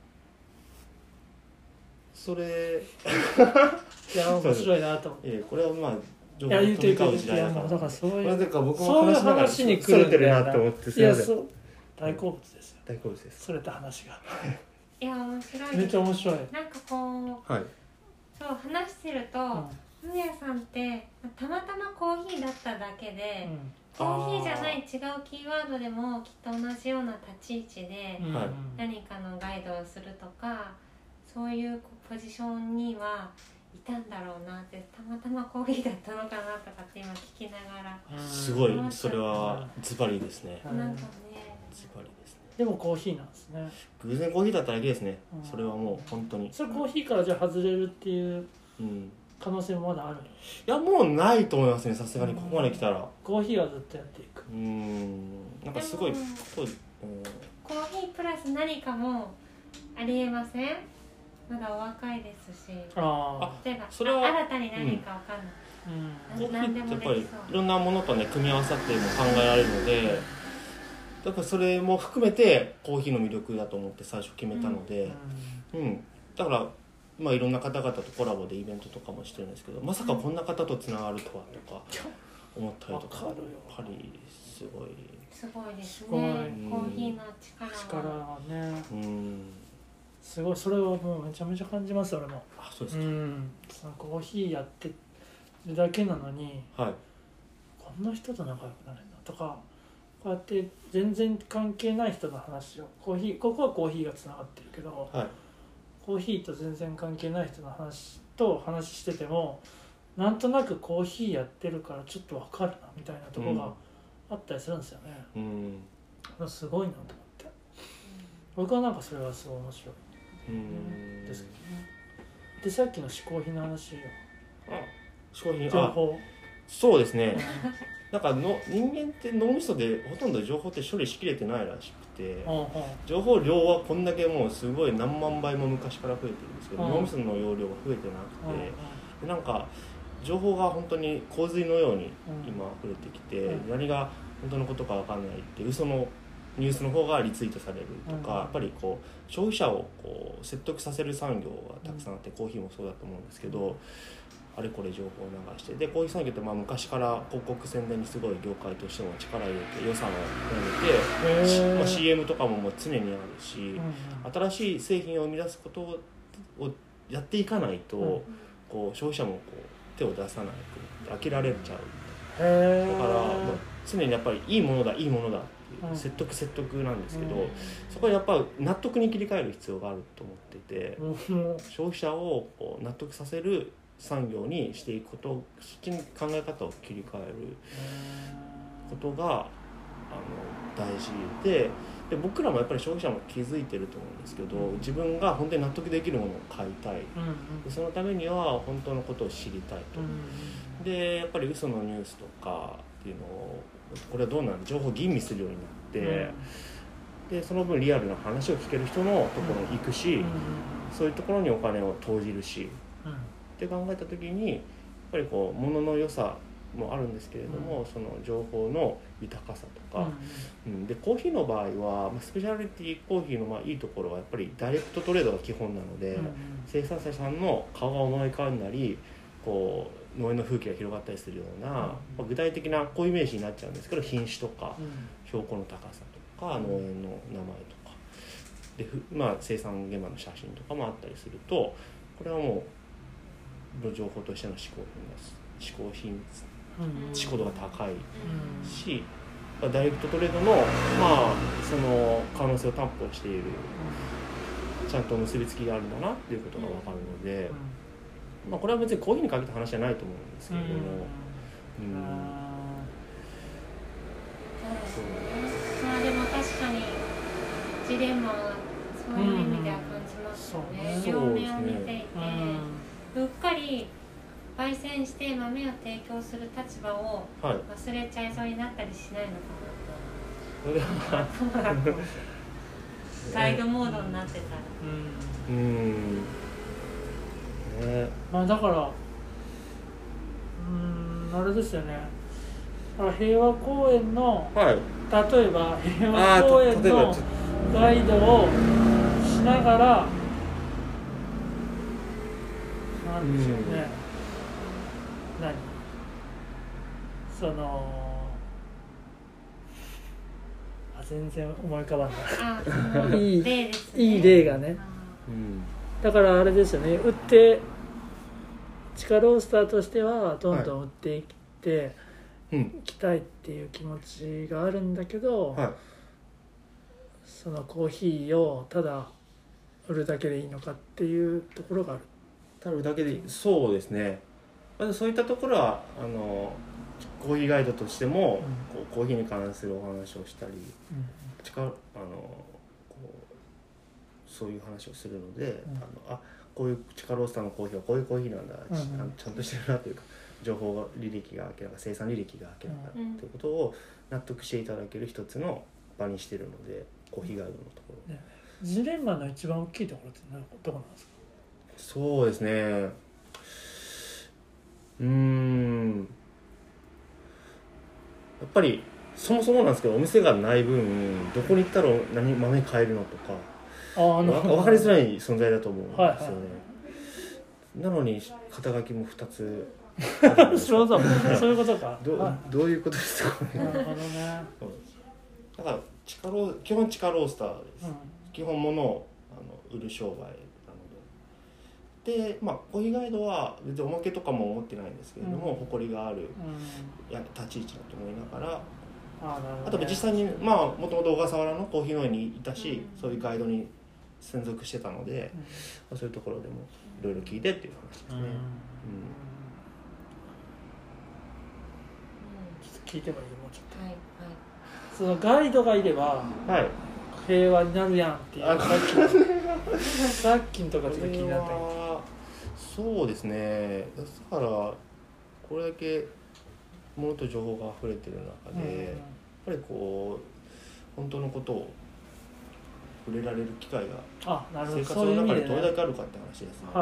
それいや面白いなと思って、 これは情報を飛び交う時代だから、そういう話に来るんだよな。いや大好物ですよ。 大好物です。 それと話がいや面白いです。 めっちゃ面白い。 なんかこう、そう話してると、ふうやさんってたまたまコーヒーだっただけで、コーヒーじゃない違うキーワードでもきっと同じような立ち位置で何かのガイドをするとか、そういうポジションにはいたんだろうなって、たまたまコーヒーだったのかなとかって今聞きながら、 すごいそれはズバリですね。 なんかね、 ズバリですね。 でもコーヒーなんですね。 偶然コーヒーだっただけですね。それはもう本当に。 それコーヒーからじゃあ外れるっていう可能性もまだある？いやもうないと思いますね。さすがにここまで来たら。 コーヒーはずっとやっていく。 なんかすごいコーヒープラス何かもありえません？まだお若いですし、例えばそれは新たに何か分かんない、 コーヒーってやっぱりいろんなものとね組み合わさっても考えられるので、だからそれも含めてコーヒーの魅力だと思って最初決めたので、だからいろんな方々とコラボでイベントとかもしてるんですけど、まさかこんな方とつながるとはとか思ったりとか、やっぱりすごいですね。コーヒーの力はね、すごい。それをもうめちゃめちゃ感じます。俺も。 そうですか。 そのコーヒーやってるだけなのに、こんな人と仲良くなれるのとか、こうやって全然関係ない人の話をここはコーヒーがつながってるけど、コーヒーと全然関係ない人の話してても、なんとなくコーヒーやってるからちょっと分かるなみたいなところがあったりするんですよね。すごいなと思って、僕はなんかそれはすごい面白いですけどね。でさっきの嗜好品の話よ。 嗜好品、 情報。 そうですね。 なんかの人間って脳みそでほとんど情報って処理しきれてないらしくて、情報量はこんだけもうすごい何万倍も昔から増えてるんですけど、脳みその容量が増えてなくて、でなんか情報が本当に洪水のように今溢れてきて、何が本当のことか分かんないって嘘のニュースの方がリツイートされるとか、やっぱりこう消費者をこう説得させる産業がたくさんあって、コーヒーもそうだと思うんですけど、あれこれ情報を流して、でコーヒー産業ってまあ昔から広告宣伝にすごい業界としても力を入れて予算をかけて、CM とかももう常にあるし、新しい製品を生み出すことをやっていかないと、こう消費者もこう手を出さないと飽きられちゃう。だから、常にやっぱりいいものだっていう説得なんですけど、そこはやっぱ納得に切り替える必要があると思っていて、消費者をこう納得させる産業にしていくこと、そっちに考え方を切り替えることが大事で、僕らもやっぱり消費者も気づいてると思うんですけど、自分が本当に納得できるものを買いたい、でそのためには本当のことを知りたいと、でやっぱり嘘のニュースとかっていうのをこれはどうなの情報を吟味するようになって、でその分リアルな話を聞ける人のところに行くし、そういうところにお金を投じるし、って考えた時にやっぱりこう物の良さもあるんですけれども、その情報の豊かさとか、でコーヒーの場合はスペシャリティコーヒーのまあいいところはやっぱりダイレクトトレードが基本なので、生産者さんの顔が思い浮かんだり、こう農園の風景が広がったりするような、まあ、具体的な固有名詞になっちゃうんですけど、品種とか標高の高さとか農園の名前とかで、まあ、生産現場の写真とかもあったりすると、これはもう情報としての嗜好度が高いし、ダイレクトトレードの、まあ、その可能性を担保している、ちゃんと結びつきがあるんだなっていうことが分かるので、まあ、これは別にコーヒーに限った話じゃないと思うんですけれども、 まあでも確かにジレンマはそういう意味では感じますよね。両面を見ていて、うっかり焙煎して豆を提供する立場を忘れちゃいそうになったりしないのかな。ガイドモードになってたら。 まあだからあれですよね。平和公園の、例えば平和公園のガイドをしながら、なんでしょうね。その全然思い浮かばんない。いい例がね。だからあれですよね。売って地下ロースターとしてはどんどん売っていっていきたいっていう気持ちがあるんだけど、そのコーヒーをただ売るだけでいいのかっていうところがある。 ただ売るだけでいい。そうですね。そういったところはコーヒーガイドとしても、コーヒーに関するお話をしたり、そういう話をするので、こういう地下ロースターのコーヒーはこういうコーヒーなんだ、ちゃんとしてるなというか、情報履歴が明らか、生産履歴が明らかということを納得していただける一つの場にしているので、コーヒーガイドのところ、 ジレンマの一番大きいところってどこなんですか？ そうですね、やっぱりそもそもなんですけど、お店がない分どこに行ったら豆買えるのとか分かりづらい存在だと思うんですよね。なのに肩書きも2つそういうことか。 どういうことですかね。 なるほどね。 だから基本地下ロースターです、基本物を売る商売なので、まあコーヒーガイドは別におまけとかも思ってないんですけれども、誇りがある立ち位置だと思いながら、あと実際にもともと小笠原のコーヒー農園にいたし、そういうガイドに専属してたので、そういうところでもいろいろ聞いてっていう話ですね。 ちょっと聞いてもいい？もうちょっと、そのガイドがいれば、平和になるやんっていうさっきのとかちょっと気になったけど。 そうですね。だからこれだけものと情報が溢れてる中で、やっぱりこう本当のことを触れられる機会が生活の中でどれだけあるかって話ですね。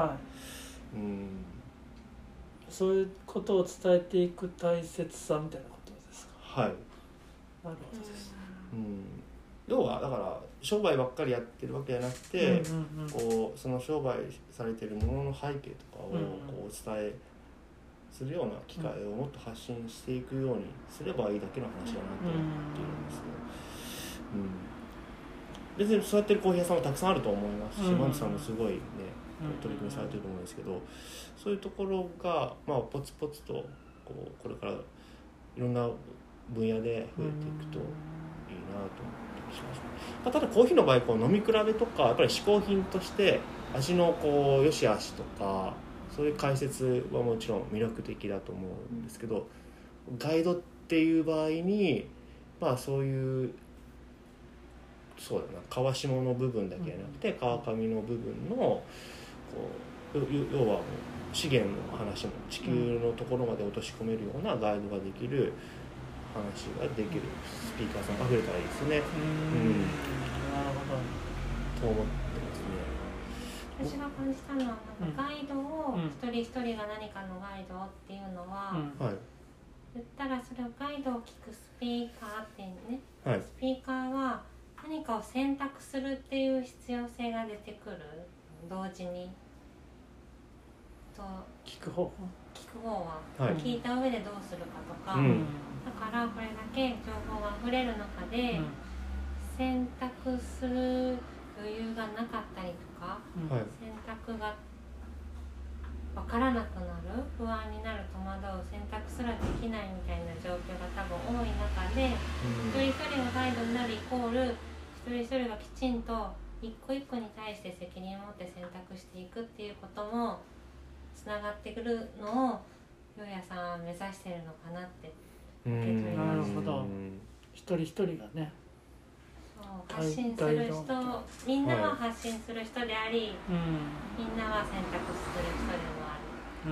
そういうことを伝えていく大切さみたいなことですか。 はい。 なるほどです。 要はだから商売ばっかりやってるわけじゃなくて、こうその商売されているものの背景とかをこうお伝えするような機会をもっと発信していくようにすればいいだけの話だなと思っているんですけど、別にそうやってるコーヒー屋さんもたくさんあると思いますし、マンツさんもすごいね取り組みされてると思うんですけど、そういうところがまあポツポツとこれからいろんな分野で増えていくといいなと思ってします。ただコーヒーの場合飲み比べとかやっぱり嗜好品として味の良し悪しとかそういう解説はもちろん魅力的だと思うんですけど、ガイドっていう場合にまあそういうそうだな川下の部分だけじゃなくて川上の部分の要は資源の話も地球のところまで落とし込めるようなガイドができる話ができるスピーカーさんが増えたらいいですね。なるほどと思ってますね。私が感じたのはガイドを一人一人が何かのガイドっていうのは、言ったらそれをガイドを聞くスピーカーってね、スピーカーは何かを選択するっていう必要性が出てくる同時にと聞く方は、聞いた上でどうするかとか、だからこれだけ情報があふれる中で、選択する余裕がなかったりとか、選択が分からなくなる、不安になる、戸惑う、選択すらできないみたいな状況が多分多い中で、一人一人がガイドになるイコール一人一人がきちんと一個一個に対して責任を持って選択していくっていうこともつながってくるのを洋也さんは目指してるのかなって受け取りました。なるほど。 一人一人がね、 発信する人、みんなは発信する人であり、みんなは選択する人でもある。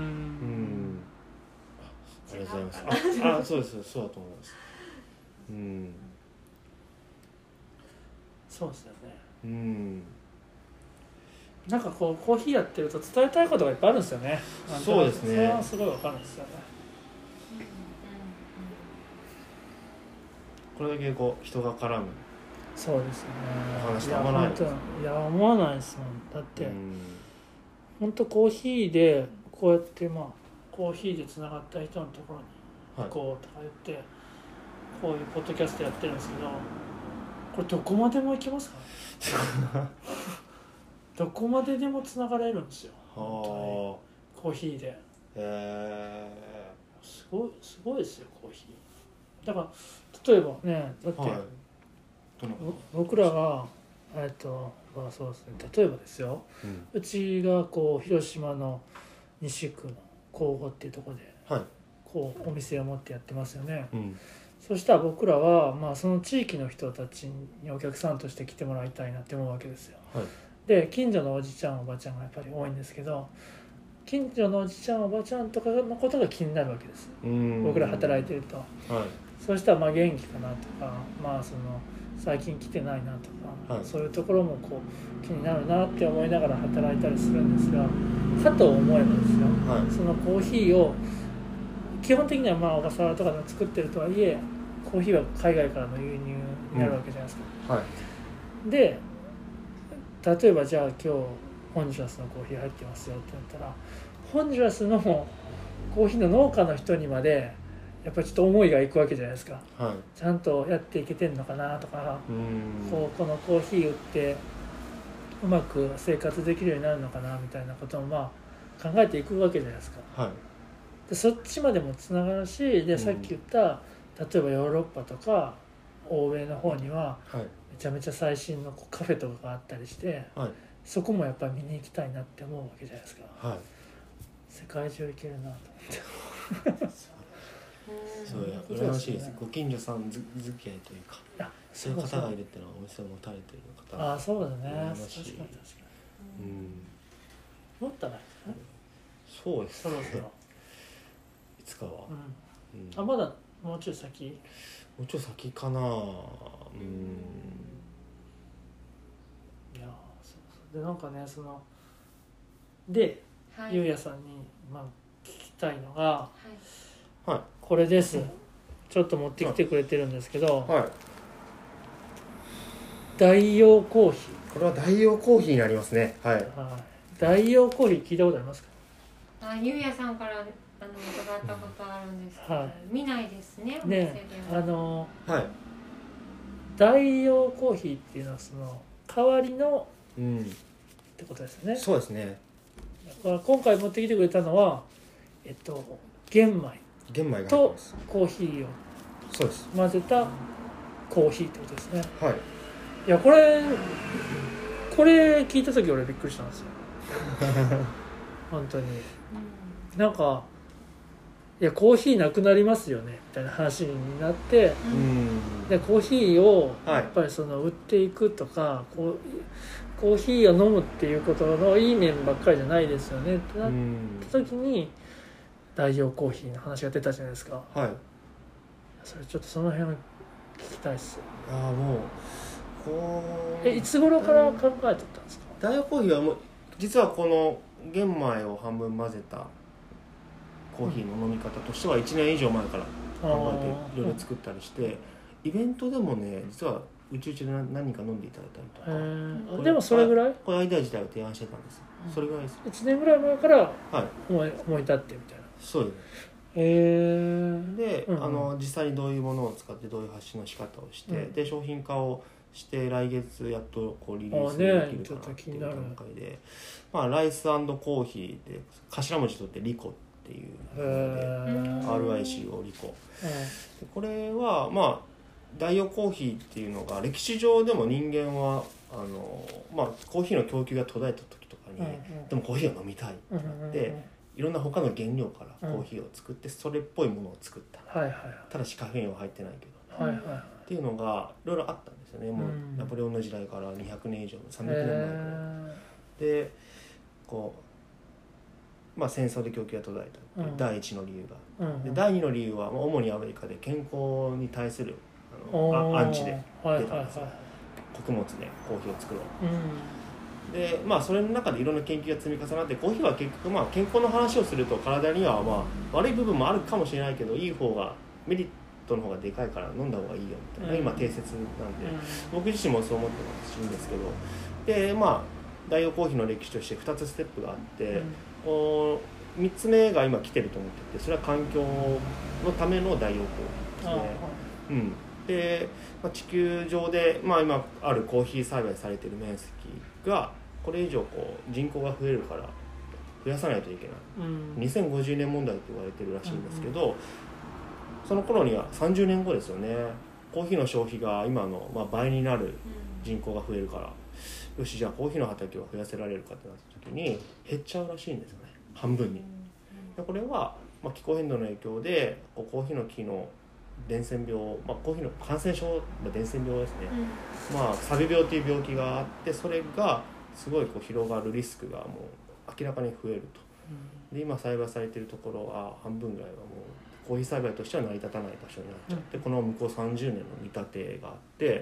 ありがとうございます。そうです、そうだと思います。 そうですよね。なんかコーヒーやってると伝えたいことがいっぱいあるんですよね。 そうですね。 それはすごいわかるんですよね。 これだけ人が絡む。 そうですよね。 お話と合わないです。 いや思わないですもん。だって本当コーヒーでこうやってコーヒーでつながった人のところに行こうとか言って、こういうポッドキャストやってるんですけど、これどこまでも行きますかどこまででもつながれるんですよ。コーヒーで。すごいですよコーヒー。だから例えばね、だって、僕らがそうですね、例えばですよ、うちが広島の西区の甲府っていうところで、お店を持ってやってますよね。そしたら僕らは、その地域の人たちにお客さんとして来てもらいたいなって思うわけですよ。で近所のおじちゃんおばちゃんがやっぱり多いんですけど、近所のおじちゃんおばちゃんとかのことが気になるわけです。僕ら働いてると。そうしたら元気かなとか、最近来てないなとか、そういうところも気になるなって思いながら働いたりするんですが、かと思えばですよ、そのコーヒーを基本的には小笠原とかで作ってるとはいえ、コーヒーは海外からの輸入になるわけじゃないですか。で例えばじゃあ今日ホンジュラスのコーヒー入ってますよって言ったら、ホンジュラスのコーヒーの農家の人にまでやっぱりちょっと思いがいくわけじゃないですか。ちゃんとやっていけてんのかなとか、このコーヒー売ってうまく生活できるようになるのかなみたいなことも考えていくわけじゃないですか。でそっちまでもつながるし、でさっき言った、例えばヨーロッパとか欧米の方にはめちゃめちゃ最新のカフェとかがあったりして、そこもやっぱり見に行きたいなって思うわけじゃないですか。世界中行けるなと思ってそうや羨ましいです。ご近所さん付き合いというか、そういう方がいるっていうのはお店を持たれている方。 そうだね。確かにもったいないですね。 そうです。 そろそろいつかはまだもうちょい先？ もうちょい先かな。いやそうでなんかねで、ゆうやさんに、聞きたいのが、これです、ちょっと持ってきてくれてるんですけど、代用コーヒー。 これは代用コーヒーになりますね。 代用コーヒー聞いたことありますか？ ゆうやさんから伺ったことあるんですけど、見ないですね、お店では。代用コーヒーっていうのは代わりの、ってことですね。 そうですね。 今回持ってきてくれたのは玄米とコーヒーを混ぜたコーヒーってことですね。いやこれ聞いた時俺びっくりしたんですよ本当に。なんかいやコーヒーなくなりますよねみたいな話になって、でコーヒーをやっぱり売っていくとか、コーヒーを飲むっていうことのいい面ばっかりじゃないですよねってなった時に代用コーヒーの話が出たじゃないですか。それちょっとその辺聞きたいっす。 もういつ頃から考えてたんですか？ 代用コーヒーはもう実はこの玄米を半分混ぜたコーヒーの飲み方としては1年以上前から考えていろいろ作ったりして、イベントでもね実はうちで何人か飲んでいただいたりとか。 でもそれぐらい？ これアイデア自体を提案してたんです。それぐらいです。 1年ぐらい前から思い立ってみたいな。 そうです。で、実際にどういうものを使ってどういう発信の仕方をして、で商品化をして来月やっとリリースできるかなっていう段階で、ライス&コーヒーで頭文字取ってリコっていうので RICO リコ。これは代用コーヒーっていうのが歴史上でも人間はコーヒーの供給が途絶えた時とかに、でもコーヒーを飲みたいってなっていろんな他の原料からコーヒーを作ってそれっぽいものを作った、ただしカフェインは入ってないけど、っていうのがいろいろあったんですよね。もうナポレオンの時代から200年以上300年前で戦争で供給が途絶えたっていう第一の理由が、で第二の理由は主にアメリカで健康に対するアンチで出たんですよ。穀物でコーヒーを作ろう、でそれの中でいろんな研究が積み重なってコーヒーは結局健康の話をすると体には悪い部分もあるかもしれないけどいい方がメリットの方がでかいから飲んだ方がいいよみたいな、今定説なんで、僕自身もそう思ってますしいいんですけど、で代用コーヒーの歴史として2つステップがあって、3つ目が今来てると思ってて、それは環境のための代用コーヒーですね。で地球上で、今あるコーヒー栽培されている面積がこれ以上人口が増えるから増やさないといけない、2050年問題と言われてるらしいんですけど、その頃には30年後ですよね。コーヒーの消費が今の、倍になる人口が増えるから、よしじゃあコーヒーの畑を増やせられるかってなった時に減っちゃうらしいんですよね、半分に。でこれは、気候変動の影響でコーヒーの木の伝染病、コーヒーの感染症、伝染病ですね、サビ病という病気があって、それがすごい広がるリスクがもう明らかに増えると。で今栽培されているところは半分ぐらいはもうコーヒー栽培としては成り立たない場所になっちゃって、この向こう30年の見立てがあって、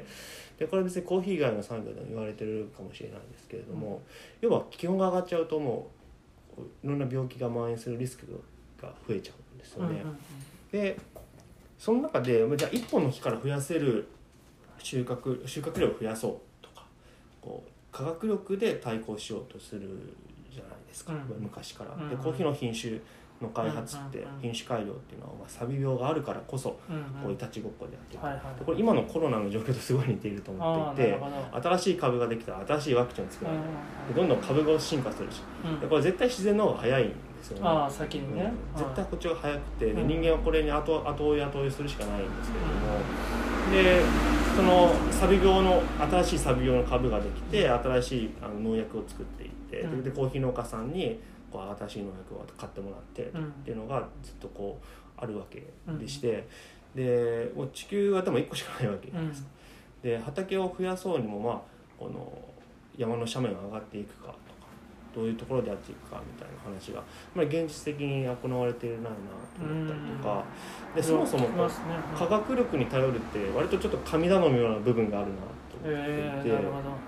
でこれ別にコーヒー以外の産業でも言われてるかもしれないんですけれども、要は気温が上がっちゃうともういろんな病気が蔓延するリスクが増えちゃうんですよね。でその中でじゃあ1本の木から増やせる収穫量を増やそうとか、科学力で対抗しようとするじゃないですか、昔から。でコーヒーの品種の開発って品種改良っていうのはサビ病があるからこそこういう立ちごっこでやってる、でこれ今のコロナの状況とすごい似ていると思っていて、新しい株ができたら新しいワクチンを作らないでどんどん株が進化するし、でこれ絶対自然の方が早いんですよね。 先にね、 絶対こっちが早くて、で人間はこれに後追いするしかないんですけれども、でそのサビ病の新しいサビ病の株ができて新しい農薬を作っていって、でコーヒー農家さんに新しい農薬を買ってもらってっていうのがずっとあるわけでして、でもう地球は多分1個しかないわけじゃないですか。で畑を増やそうにもこの山の斜面が上がっていくかとか、 どういうところでやっていくかみたいな話が、現実的に行われていないなと思ったりとか、でそもそも科学力に頼るって割とちょっと神頼みような部分があるなと思っていて、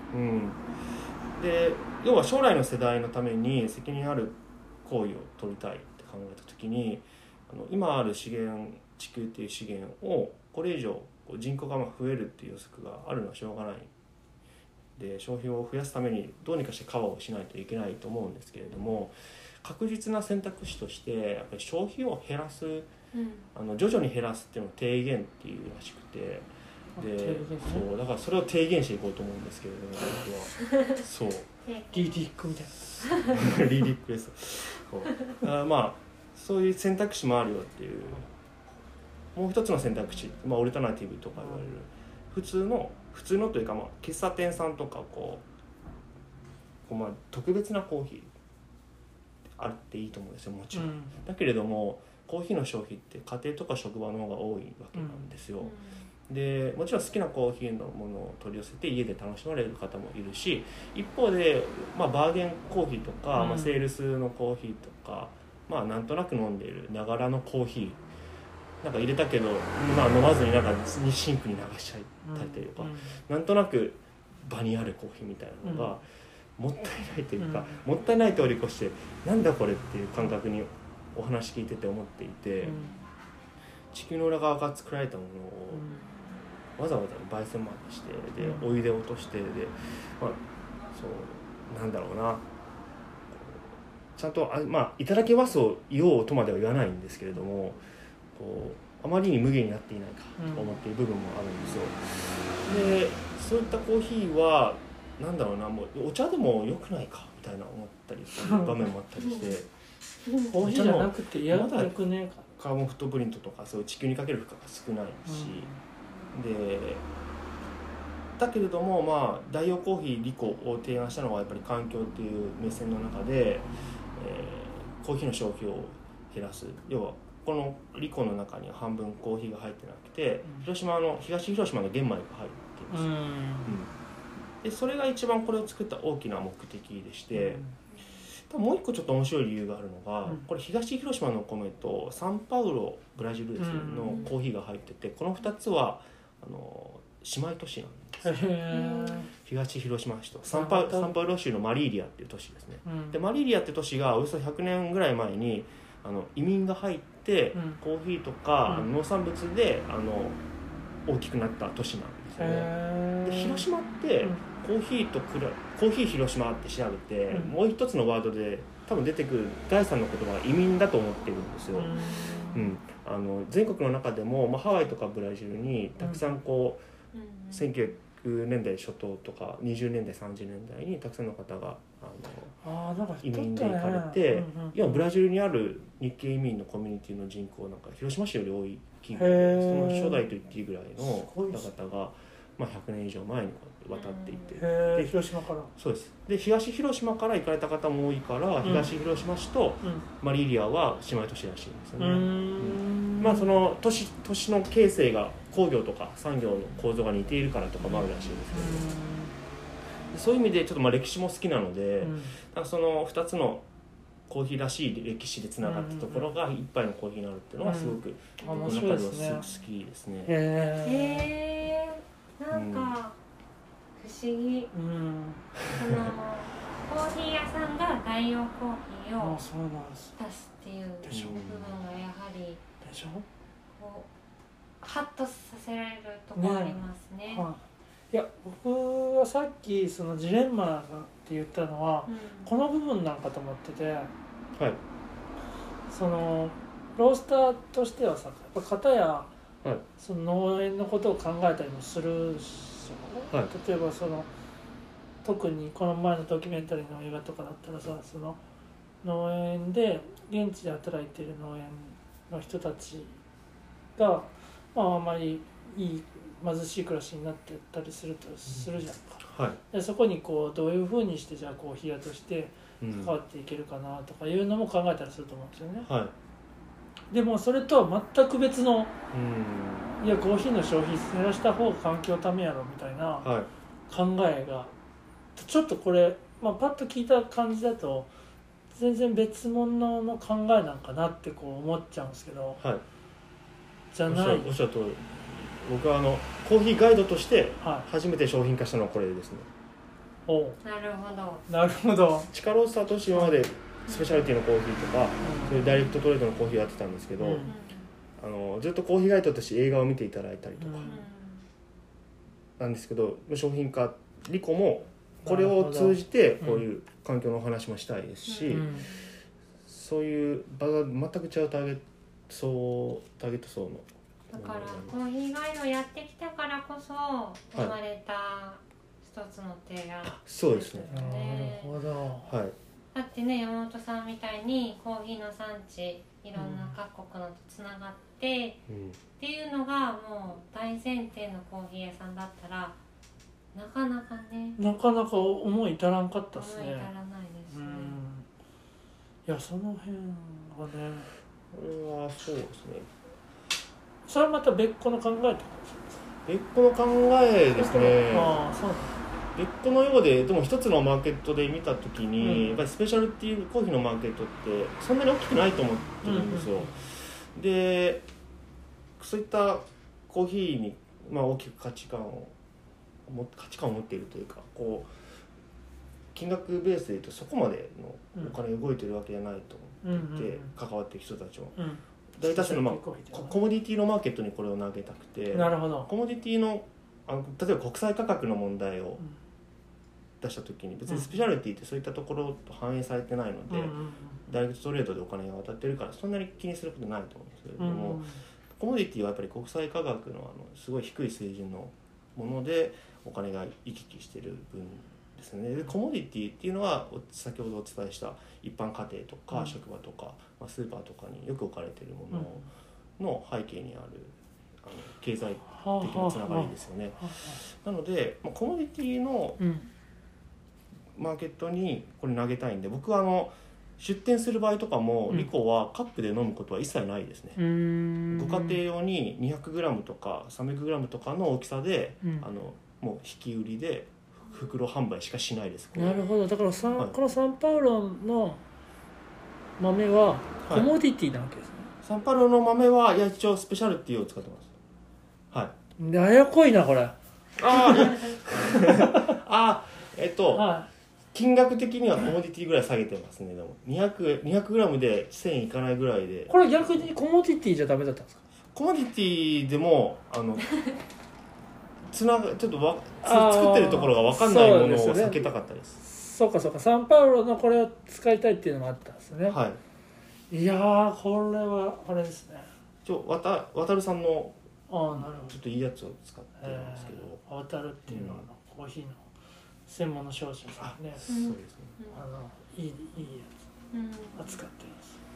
で要は将来の世代のために責任ある行為を取りたいって考えた時に、今ある資源、地球っていう資源をこれ以上人口が増えるっていう予測があるのはしょうがない。で消費を増やすためにどうにかしてカバーをしないといけないと思うんですけれども、確実な選択肢としてやっぱり消費を減らす、徐々に減らすっていうのを提言っていうらしくて、でそうだからそれを提言していこうと思うんですけれども、僕はそうリーディックみたいなリーディックです。そういう選択肢もあるよっていう、もう一つの選択肢、オルタナティブとか言われる普通のというか、喫茶店さんとか特別なコーヒーあっていいと思うんですよ、もちろん、だけれどもコーヒーの消費って家庭とか職場の方が多いわけなんですよ、でもちろん好きなコーヒーのものを取り寄せて家で楽しまれる方もいるし、一方で、バーゲンコーヒーとか、セールスのコーヒーとか、なんとなく飲んでいるながらのコーヒーなんか入れたけど、飲まずにシンクに流しちゃったりというか、なんとなく場にあるコーヒーみたいなのが、もったいないというか、もったいない通り越してなんだこれっていう感覚にお話聞いてて思っていて、地球の裏側から作られたものをわざわざ焙煎までして、でお湯で落として、でそうなんだろうな、ちゃんといただけますを言おうとまでは言わないんですけれども、あまりに無限になっていないかと思っている部分もあるんですよ、でそういったコーヒーはなんだろうな、もうお茶でも良くないかみたいな思ったりする場面もあったりしてコーヒーじゃなくて嫌だよくねえか、 カーボンフットプリントとかそういう地球にかける負荷が少ないし、でだけれども代用コーヒーリコを提案したのはやっぱり環境っていう目線の中で、コーヒーの消費を減らす、要はこのリコの中には半分コーヒーが入ってなくて、東広島の玄米が入っています、でそれが一番これを作った大きな目的でして、もう一個ちょっと面白い理由があるのが、これ東広島のお米とサンパウロブラジルですのコーヒーが入ってて、この2つは姉妹都市なんですよ。東広島市とサンパウロ州のマリーリアっていう都市ですね、でマリーリアって都市がおよそ100年ぐらい前に移民が入って、コーヒーとか、農産物で大きくなった都市なんですよね。で広島って、コーヒー広島って調べて、もう一つのワードで多分出てくる第三の言葉が移民だと思ってるんですよ、全国の中でも、ハワイとかブラジルにたくさん1900年代初頭とか20年代30年代にたくさんの方が移民で行かれて、今ブラジルにある日系移民のコミュニティの人口なんか広島市より多い規模で、その初代と言っていいぐらいの方々が、100年以上前に渡っていて、 で広島からそうです。で東広島から行かれた方も多いから、東広島市とマリーリアは姉妹都市らしいんですよね。その都市の形成が工業とか産業の構造が似ているからとかもあるらしいんですけど、そういう意味でちょっと歴史も好きなので、その2つのコーヒーらしい歴史でつながったところが一杯のコーヒーになるっていうのはすごく僕の中では好きですね。 なんか不思議、コーヒー屋さんが代用コーヒーを出すっていう部分がやはりハッとさせられるところありますね。 いや僕はさっきそのジレンマがって言ったのは、この部分なんかと思ってて、そのロースターとしてはさ、やっぱ片やその農園のことを考えたりもするし、例えば特にこの前のドキュメンタリーの映画とかだったらさ、その農園で現地で働いている農園の人たちが、あまりいい貧しい暮らしになってたりするとするじゃんか、でそこにどういうふうにしてじゃあコーヒー屋として関わっていけるかなとかいうのも考えたりすると思うんですよね。でもそれとは全く別の、いやコーヒーの消費減らした方が環境のためやろみたいな考えがちょっとこれパッと聞いた感じだと全然別物の考えなんかなってこう思っちゃうんですけど、 はい、 じゃない。 おっしゃる通り、僕はコーヒーガイドとしては初めて商品化したのはこれですね。 おなるほど。 なるほど。 地下ロースターとして今までスペシャリティのコーヒーとか、そういうダイレクトトレードのコーヒーをやってたんですけど、ずっとコーヒーガイドとして映画を見ていただいたりとかなんですけど、商品化リコもこれを通じてこういう環境のお話もしたいですし、そういう場が全く違うターゲット層のだからコーヒーガイドをやってきたからこそ生まれた一つの提案、 そうですね。 なるほど。 はい。 だってね、山本さんみたいにコーヒーの産地いろんな各国のとつながって、っていうのがもう大前提のコーヒー屋さんだったらなかなかね、 なかなか思い至らんかったですね。 思い至らないですね。 いや、その辺はね、 これはそうですね。 それはまた別個の考えってことですか？ 別個の考えですね。 ああ、そうなん別個のようで、でも一つのマーケットで見たときに、やっぱりスペシャルティコーヒーのマーケットってそんなに大きくないと思ってるんですよ。で、そういったコーヒーに、大きく価値観を持っているというか、こう金額ベースでいうとそこまでのお金動いてるわけじゃないと思っていて、関わっている人たちも、大多数の、コモディティのマーケットにこれを投げたくて、 なるほど。 コモディティの例えば国際価格の問題を出した時に別にスペシャリティってそういったところと反映されてないので、ダイレクトトレードでお金が渡ってるからそんなに気にすることないと思うんですけれども、コモディティはやっぱり国際価格のすごい低い水準のものでお金が行き来してる分ですね。でコモディティっていうのは先ほどお伝えした一般家庭とか職場とか、スーパーとかによく置かれているものの背景にある経済的なつながりですよね。なのでコモディティのマーケットにこれ投げたいんで、僕は出店する場合とかもリコはカップで飲むことは一切ないですね。ご家庭用に 200g とか 300g とかの大きさで、もう引き売りで袋販売しかしないです。 なるほど。だからこのサンパウロの豆はコモディティなわけですね。 サンパウロの豆は一応スペシャルティを使ってます。はい。 ややこいなこれ。 金額的にはコモディティぐらい下げてますね。でも 200g で1000いかないぐらいで。 これ逆にコモディティじゃダメだったんですか？ コモディティでもちょっと作ってるところが分かんないものを避けたかったです。 そうかサンパウロのこれを使いたいっていうのがあったんですね。 はい。 いやー、これはあれですね。 渡るさんのなるほど、 ちょっといいやつを使ってるんですけど、 渡るっていうのはコーヒーの専門の商社さんね。 そうですね。 いいやつ扱って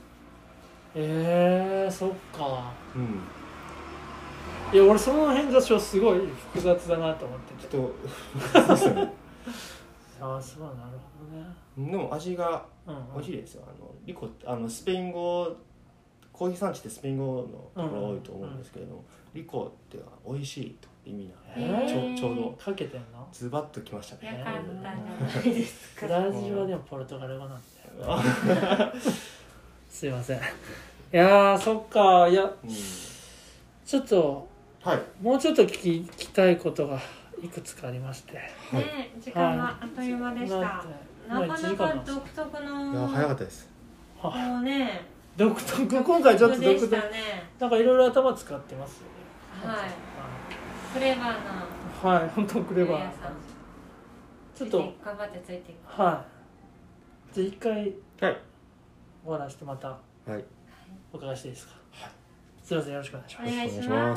ます。そっか。いや、俺その辺がすごい複雑だなと思ってて。 そうですよね。 そうなるほどね。 でも味が美味しいですよ。リコスペイン語、コーヒー産地ってスペイン語のところが多いと思うんですけれども、リコっては美味しいと意味なちょうどかけてんのズバッときましたね。 よかったじゃないですか。 ブラジルはでもポルトガル語なんですいません。いやそっか。いや、ちょっともうちょっと聞きたいことがいくつかありまして、 時間があっという間でした。なかなか独特の。 早かったです。 もうね、 独特、今回ちょっと独特、なんかいろいろ頭使ってますよね。 はい。クレバーな。 本当クレバーな。ちょっと頑張ってついていく。 じゃあ一回終わらせてまたお伺いしていいですか？すいません、よろしくお願いします。 お願いします。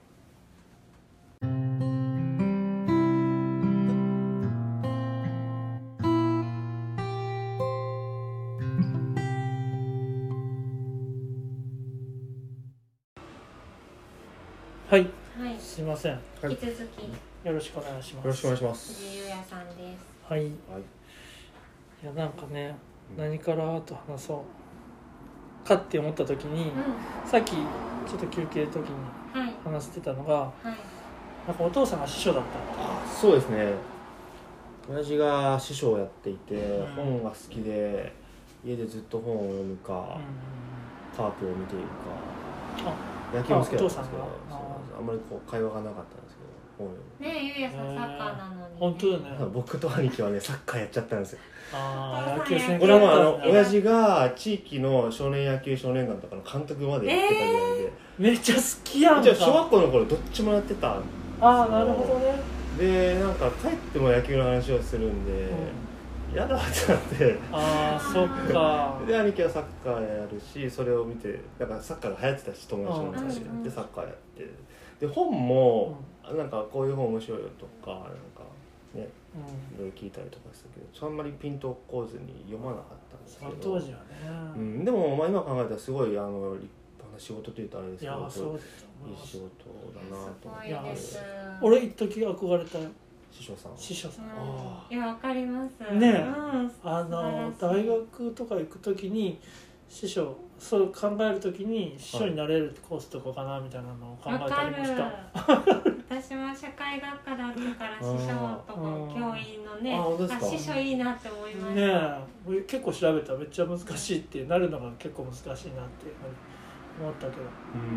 すいません。 引き続きよろしくお願いします。 よろしくお願いします。 藤井優也さんです。 いや、なんかね、何からと話そうかって思った時に、さっきちょっと休憩の時に話してたのが、なんかお父さんが師匠だったって。 そうですね。 親父が師匠をやっていて、本が好きで家でずっと本を読むか、カープを見ているか、野球も好きだったんですけど、あんまりこう会話がなかったんですけど、本を読む。 ねえ、ゆうやさんサッカーなのに、ね。 本当だね。 僕と兄貴はねサッカーやっちゃったんですよ。 野球選手。 これは親父が地域の少年野球少年団とかの監督までやってたぐらいで、 めっちゃ好きやんか。 じゃあ小学校の頃どっちもやってたんですよ。 なるほどね。 でなんか帰っても野球の話をするんで、嫌だってなって、 そっか。 で兄貴はサッカーやるし、それを見てだからサッカーが流行ってたし、友達の話でサッカーやって、で本も、なんかこういう本面白いよとかなんかね、いろいろ聞いたりとかしたけど、あんまりピンとこずに読まなかったんですけど、 その当時はね、 でも、今考えたらすごい立派な仕事というとあれですけど、 いやそうですいい仕事だなと思って。 すごいです。 俺一時憧れたよ、 師匠さん。 いや、わかりますね。大学とか行く時に師匠、そう考える時に師匠になれるコースとかかなみたいなのを考えたりもした。 私は社会学科だったから師匠とか教員のね、師匠いいなって思いました。 ね、結構調べたらめっちゃ難しいってなるのが結構難しいなって思ったけど。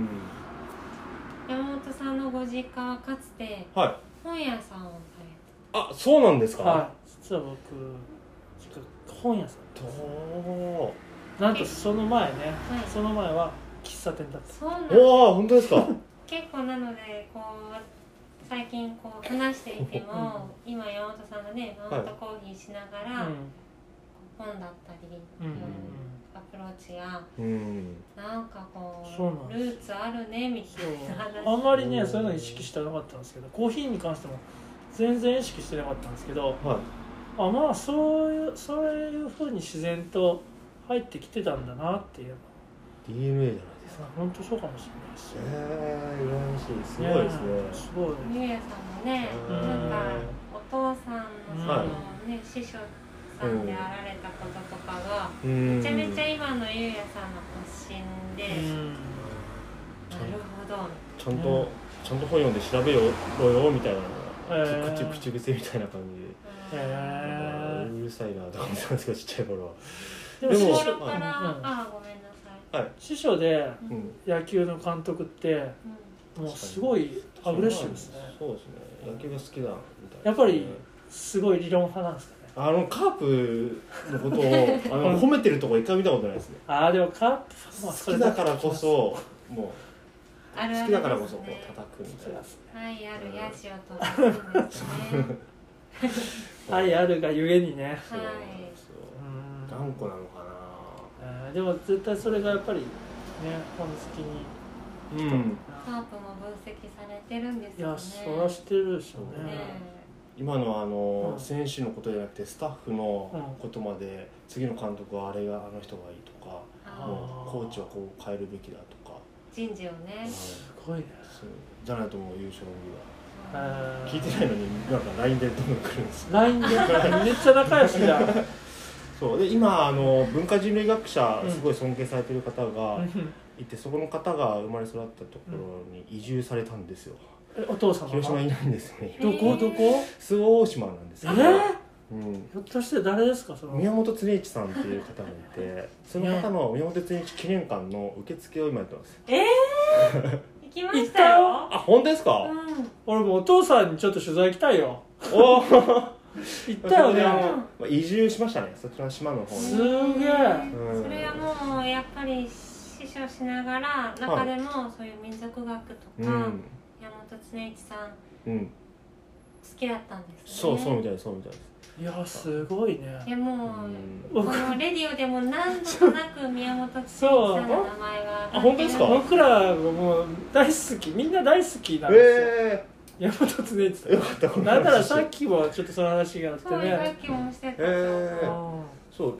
山本さんのご実家はかつて本屋さんをされた。そうなんですか。 はい、実は僕本屋さんなんとその前ね、その前は喫茶店だった。 そうなんです。 本当ですか。 結構なのでこう最近こう話していても、今山本さんがねマウントコーヒーしながら、本だったり、アプローチや、なんかこうルーツあるねみたいな話。 あんまりねそういうの意識してなかったんですけど、コーヒーに関しても全然意識してなかったんですけど、まあそういうふうに自然と入ってきてたんだなっていう。 DNA じゃないですか。 本当そうかもしれないですよ。 羨ましい。すごいですね。 すごい。 ゆうやさんもね、なんかお父さんのそのね師匠さんであられたこととかがめちゃめちゃ今のゆうやさんの発信で、なるほど。 ちゃんと本読んで調べろよみたいな口癖みたいな感じで、うるさいなと思ってたんですけど、ちっちゃい頃は。 でも師匠からごめんなさい。 師匠で野球の監督ってもうすごいアグレッシブですね。 そうですね。野球が好きだみたいな。 やっぱりすごい理論派なんですかね。 カープのことを褒めてるとこ一回見たことないですね。 でもカープ好きだからこそもう好きだからこそこう叩くみたいな。 愛あるヤジをとるんですね。 愛あるがゆえにね。 頑固なのかな。 でも絶対それがやっぱりね本好きに。 カープも分析されてるんですよね。 いや、そらしてるでしょうね。 今の選手のことじゃなくてスタッフのことまで、次の監督はあの人がいいとか、もうコーチはこう変えるべきだとか、 人事をね、 すごいね。 じゃないともう優勝には聞いてないのになんか LINE でどんどん来るんです。 LINE でめっちゃ仲良しじゃん。 そうで今文化人類学者すごい尊敬されてる方がいて、そこの方が生まれ育ったところに移住されたんですよ。 お父さん広島いないんですね。 どこ周防大島なんですよ。 ひょっとして誰ですか？ 宮本恒一さんっていう方がいて、その方の宮本恒一記念館の受付を今やってます。 行きましたよ。 本当ですか？ 俺もお父さんにちょっと取材行きたいよ。行ったよね。 移住しましたね、そちらの島の方に。 すげえ。 それはもうやっぱり師匠しながら、中でもそういう民族学とか山本恒一さん好きだったんですね。 そうみたいです。 いや、すごいね。 でもこのレディオでも何度となく宮本恒一さんの名前が。 本当ですか？ 僕らもう大好き、みんな大好きなんですよ。山本恒一さん。 よかった。 なんならさっきもちょっとその話があってね。 さっきもしてた。 そう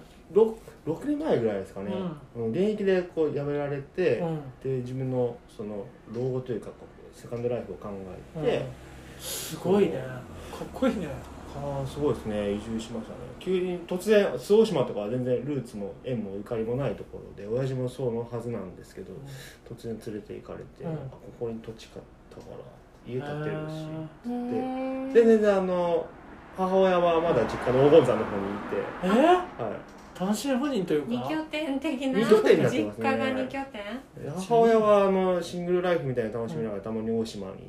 6年前ぐらいですかね。現役でこう辞められて、で自分のその老後というかセカンドライフを考えて、 すごいね。かっこいいね。 すごいですね。移住しましたね。急に突然周防大島とかは全然ルーツも縁もゆかりもないところで、親父もそのはずなんですけど、突然連れて行かれて、ここに土地買ったから家建てるしで全然母親はまだ実家の黄金山の方にいて、はい、 単身赴任というか 2拠点的な 2拠点になってますね。 実家が2拠点。 母親はシングルライフみたいな楽しみながらたまに大島に行って、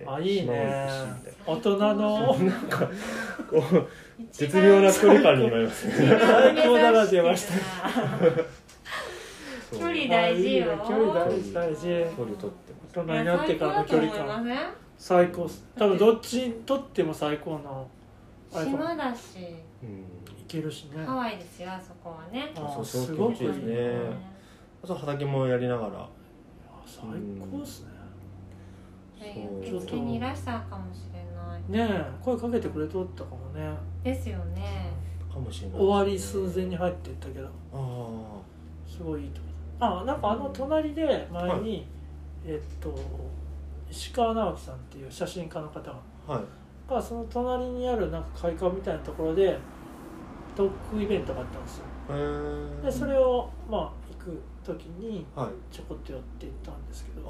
いいね、大人のなんかこう絶妙な距離感になりますね。 最高だな出ました距離大事よ。 距離大事。距離取って大人になってからの距離感最高っす。多分どっちにとっても最高な島だし、 行けるしね。 ハワイですよあそこはね。 すごくいいですね。あと畑もやりながら最高っすね。 受付にいらしたかもしれない。 ねえ声かけてくれとったかもね。 ですよね。 かもしれない。 終わり寸前に入っていったけど。すごいいいとこ。なんか隣で前に、石川直樹さんっていう写真家の方が、その隣にあるなんか会館みたいなところでトークイベントがあったんですよ。でそれを行く時にちょこっと寄って行ったんですけど、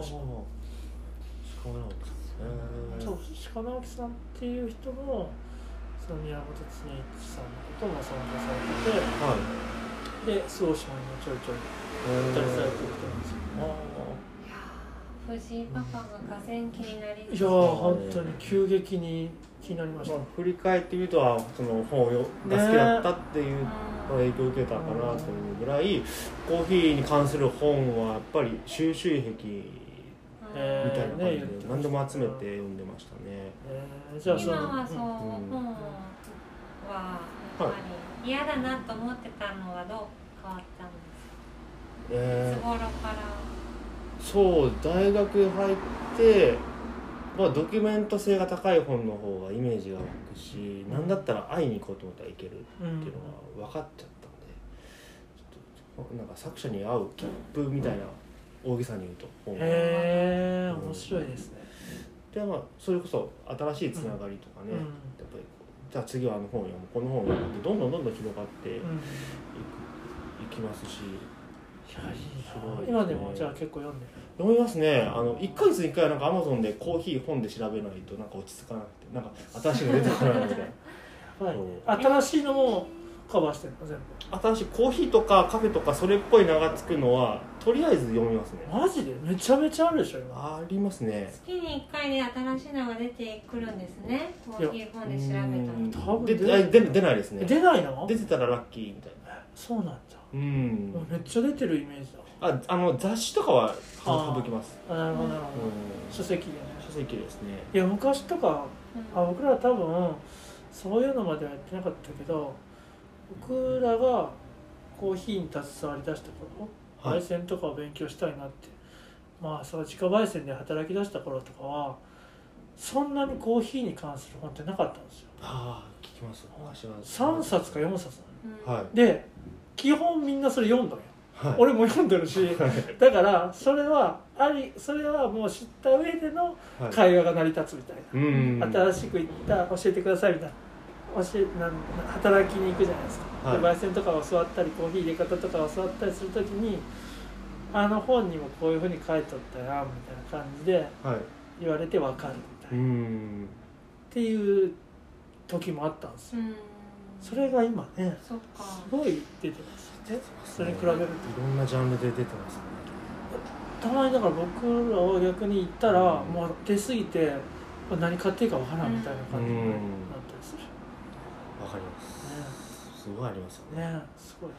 鹿直樹さんっていう人もその宮本常一さんのことも参加されてて、で周防島にもちょいちょい行ったりされてる人なんですよ。 藤井パパががぜん気になりいや本当に急激に気になりました。 振り返ってみるとその本が好きだったっていう影響を受けたかなというぐらい、コーヒーに関する本はやっぱり収集癖みたいな感じで何でも集めて読んでましたね。 じゃあ今はそう、本はやっぱり嫌だなと思ってたのはどう変わったんですか？いつ頃から？ そう大学入って、ドキュメント性が高い本の方がイメージが湧くし、なんだったら会いに行こうと思ったらいけるっていうのが分かっちゃったんで、ちょっとなんか作者に合う切符みたいな大げさに言うと本が面白いですね。 でそれこそ新しいつながりとかね、やっぱりじゃあ次は本を読むこの本を読むってどんどん広がっていきますし。 今でもじゃあ結構読みますね。1ヶ月に1回はなんか Amazon でコーヒー本で調べないとなんか落ち着かなくて、なんか新しいの出たかなみたいな。 新しいのもカバーしてるの全部。 新しいコーヒーとかカフェとかそれっぽい名がつくのはとりあえず読みますね。 マジでめちゃめちゃあるでしょ今。 ありますね。 月に1回で新しいのが出てくるんですね。コーヒー本で調べたら。 多分出ないですね。 出ないの？出てたらラッキーみたいな。 そうなんだ。めっちゃ出てるイメージだ。 雑誌とかは省きます。 なるほどなるほど。書籍でね。 書籍ですね。 いや昔とか僕ら多分そういうのまではやってなかったけど、僕らがコーヒーに携わりだした頃、焙煎とかを勉強したいなって、そう自家焙煎で働き出した頃とかはそんなにコーヒーに関する本ってなかったんですよ。 聞きます。 3冊か4冊なの。 で基本みんなそれ読んだよ。俺も読んでるし、だからそれはもう知った上での会話が成り立つみたいな、新しく行った教えてくださいみたいな働きに行くじゃないですか、で焙煎とかを教わったりコーヒー入れ方とかを教わったりするときに本にもこういうふうに書いとったやんみたいな感じで言われて分かるみたいな、っていう時もあったんですよ。それが今ねすごい出てます。それに比べるといろんなジャンルで出てますね。 たまにだから僕らは逆に言ったらもう出過ぎて何買っていいか分からんみたいな感じになったりする。 わかります、すごいありますよね。 すごい。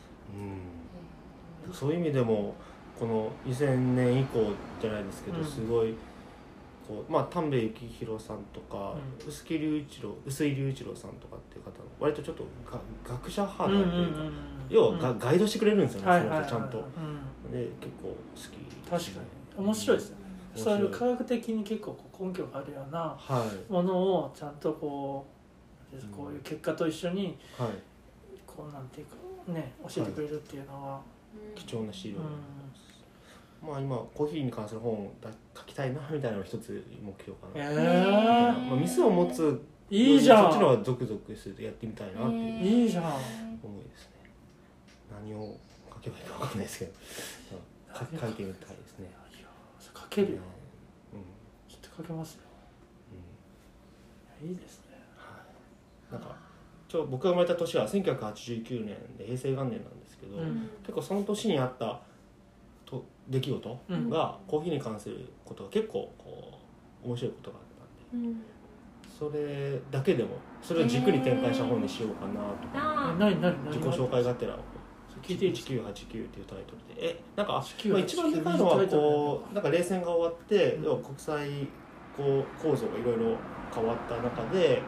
そういう意味でもこの2000年以降じゃないですけど、すごい丹部幸宏さんとか、臼井隆一郎さんとかっていう方の割とちょっと学者派なんていうか、要はガイドしてくれるんですよね、その人ちゃんと。で結構好き。 確かに面白いですよね。そういう科学的に結構根拠があるようなものをちゃんとこういう結果と一緒になんていうかね教えてくれるっていうのは貴重な資料です。今コーヒーに関する本を書きたいなみたいなのが一つ目標かな。店を持ついいじゃん。 そっちの方がゾクゾクするとやってみたいなっていういいじゃん思いですね。何を書けばいいか分かんないですけど書いてみたいですね。 書けるよ。ちょっと書けますよ。いいですね。 なんか僕が生まれた年は1989年で平成元年なんですけど、結構その年にあった出来事がコーヒーに関することが結構面白いことがあったんで、それだけでもそれを軸に展開した本にしようかなとか、自己紹介がてら1989っていうタイトルでなんか一番でかいのはなんか冷戦が終わって、要は国際構造がいろいろ変わった中で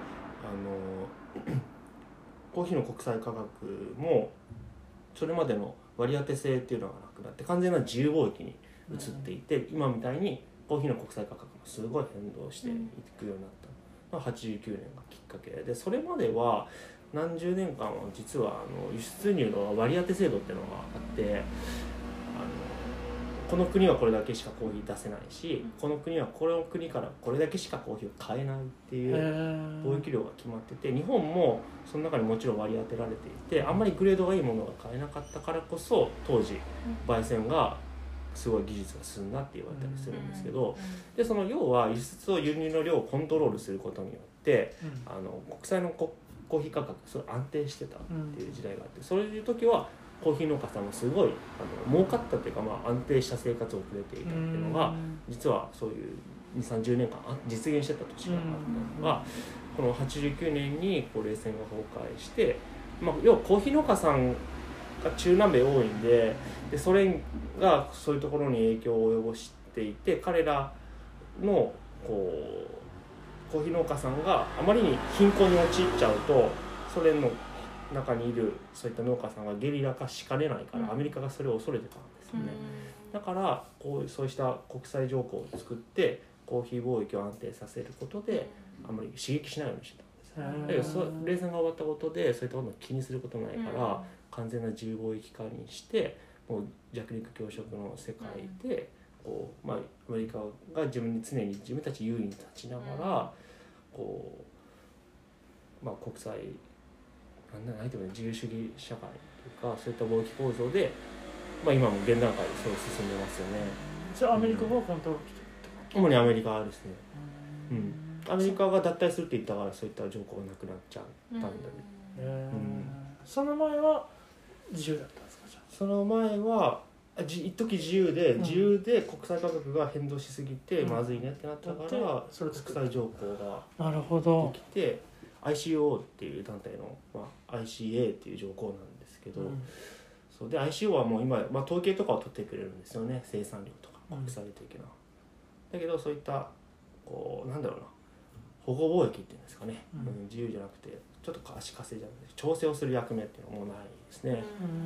コーヒーの国際価格もそれまでの割り当て制っていうのがなくなって完全な自由貿易に移っていて、今みたいにコーヒーの国際価格もすごい変動していくようになったのが89年がきっかけで、それまでは何十年間は実は輸出入の割り当て制度っていうのがあって、この国はこれだけしかコーヒー出せないし、この国はこの国からこれだけしかコーヒーを買えないっていう貿易量が決まってて、日本もその中にもちろん割り当てられていて、あんまりグレードがいいものが買えなかったからこそ当時焙煎がすごい技術が進んだって言われたりするんですけど、でその要は輸出と輸入の量をコントロールすることによって国際のコーヒー価格それ安定してたっていう時代があって、そういう時はコーヒー農家さんもすごい儲かったというか、安定した生活を送れていたっていうのが実はそういう 2,30 年間実現してた年があったのが、この89年に冷戦が崩壊して、要はコーヒー農家さんが中南米多いんで、ソ連がそういうところに影響を及ぼしていて、彼らのコーヒー農家さんがあまりに貧困に陥っちゃうとソ連の中にいるそういった農家さんがゲリラ化しかねないから、アメリカがそれを恐れてたんですよね。だからそうした国際条項を作ってコーヒー貿易を安定させることであまり刺激しないようにしてたんです。だけど冷戦が終わったことでそういったことを気にすることないから、完全な自由貿易化にしてもう弱肉強食の世界でアメリカが常に自分たち優位に立ちながら国際なんていうか自由主義社会というかそういった貿易構造で、今も現段階でそう進んでますよね。 じゃあアメリカがコントロールしてる？ 主にアメリカですね。アメリカが脱退するって言ったからそういった条項がなくなっちゃったんだね。 その前は自由だったんですか？じゃあその前は一時自由で国際価格が変動しすぎてまずいねってなったから、国際条項ができてICO っていう団体の、ICA っていう条項なんですけど、そうで ICO はもう今、統計とかを取ってくれるんですよね、生産量とか国際的な。だけどそういったなんだろうな、保護貿易っていうんですかね、自由じゃなくてちょっと足かせじゃなくて調整をする役目っていうのはもうないですね。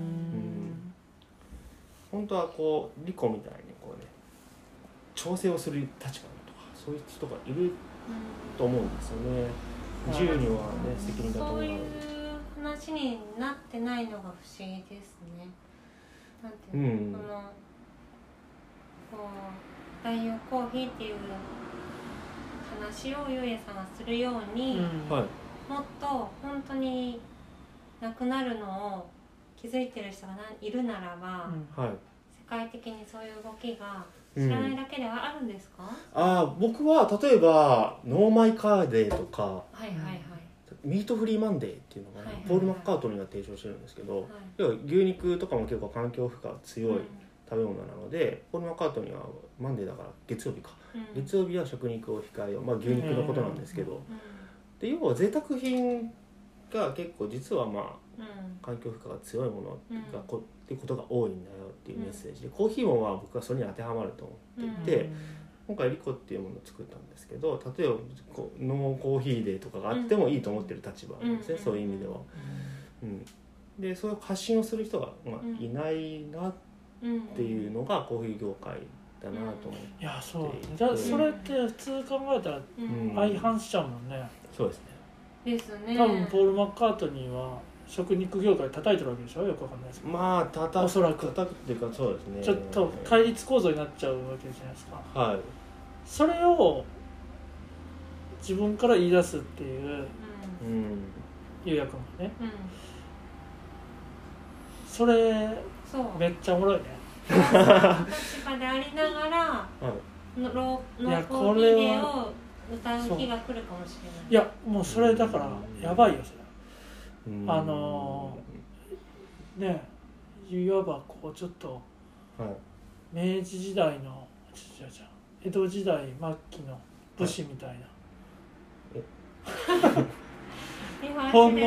本当はリコみたいに調整をする立場とかそういう人がいると思うんですよね。自由にはね責任が伴う。 そういう話になってないのが不思議ですね。なんていうの、代用コーヒーっていう話をゆうやさんがするように、もっと本当になくなるのを気づいてる人がいるならば、世界的にそういう動きが知らないだけではあるんですか？ 僕は例えばノーマイカーデーとか、ミートフリーマンデーっていうのが、ポール・マッカートニーが提唱してるんですけど、要は牛肉とかも結構環境負荷が強い食べ物なので、ポール・マッカートニーはマンデーだから月曜日か、月曜日は食肉を控えよう、牛肉のことなんですけど、で要は贅沢品が結構実は環境負荷が強いものがっていうことが多いんだよっていうメッセージで、コーヒーも僕はそれに当てはまると思っていて、今回リコっていうものを作ったんですけど、例えばノーコーヒーデーとかがあってもいいと思ってる立場なんですね、そういう意味では。でそういう発信をする人がいないなっていうのがコーヒー業界だなと思って。 いやそうじゃあそれって普通考えたら相反しちゃうもんね。 そうですね。 ですね。 多分ポール・マッカートニーは食肉業界叩いてるわけでしょ、よくわかんないですけど。おそらく叩くっていうかそうですね。 ちょっと対立構造になっちゃうわけじゃないですか。 はい。 それを自分から言い出すっていうゆうやくんがね、それめっちゃおもろいね。 立場でありながら、ノーコーヒーデーを歌う日が来るかもしれない。 いやもうそれだからやばいよそれ。ねいわばこうちょっと、明治時代の江戸時代末期の武士みたいな、本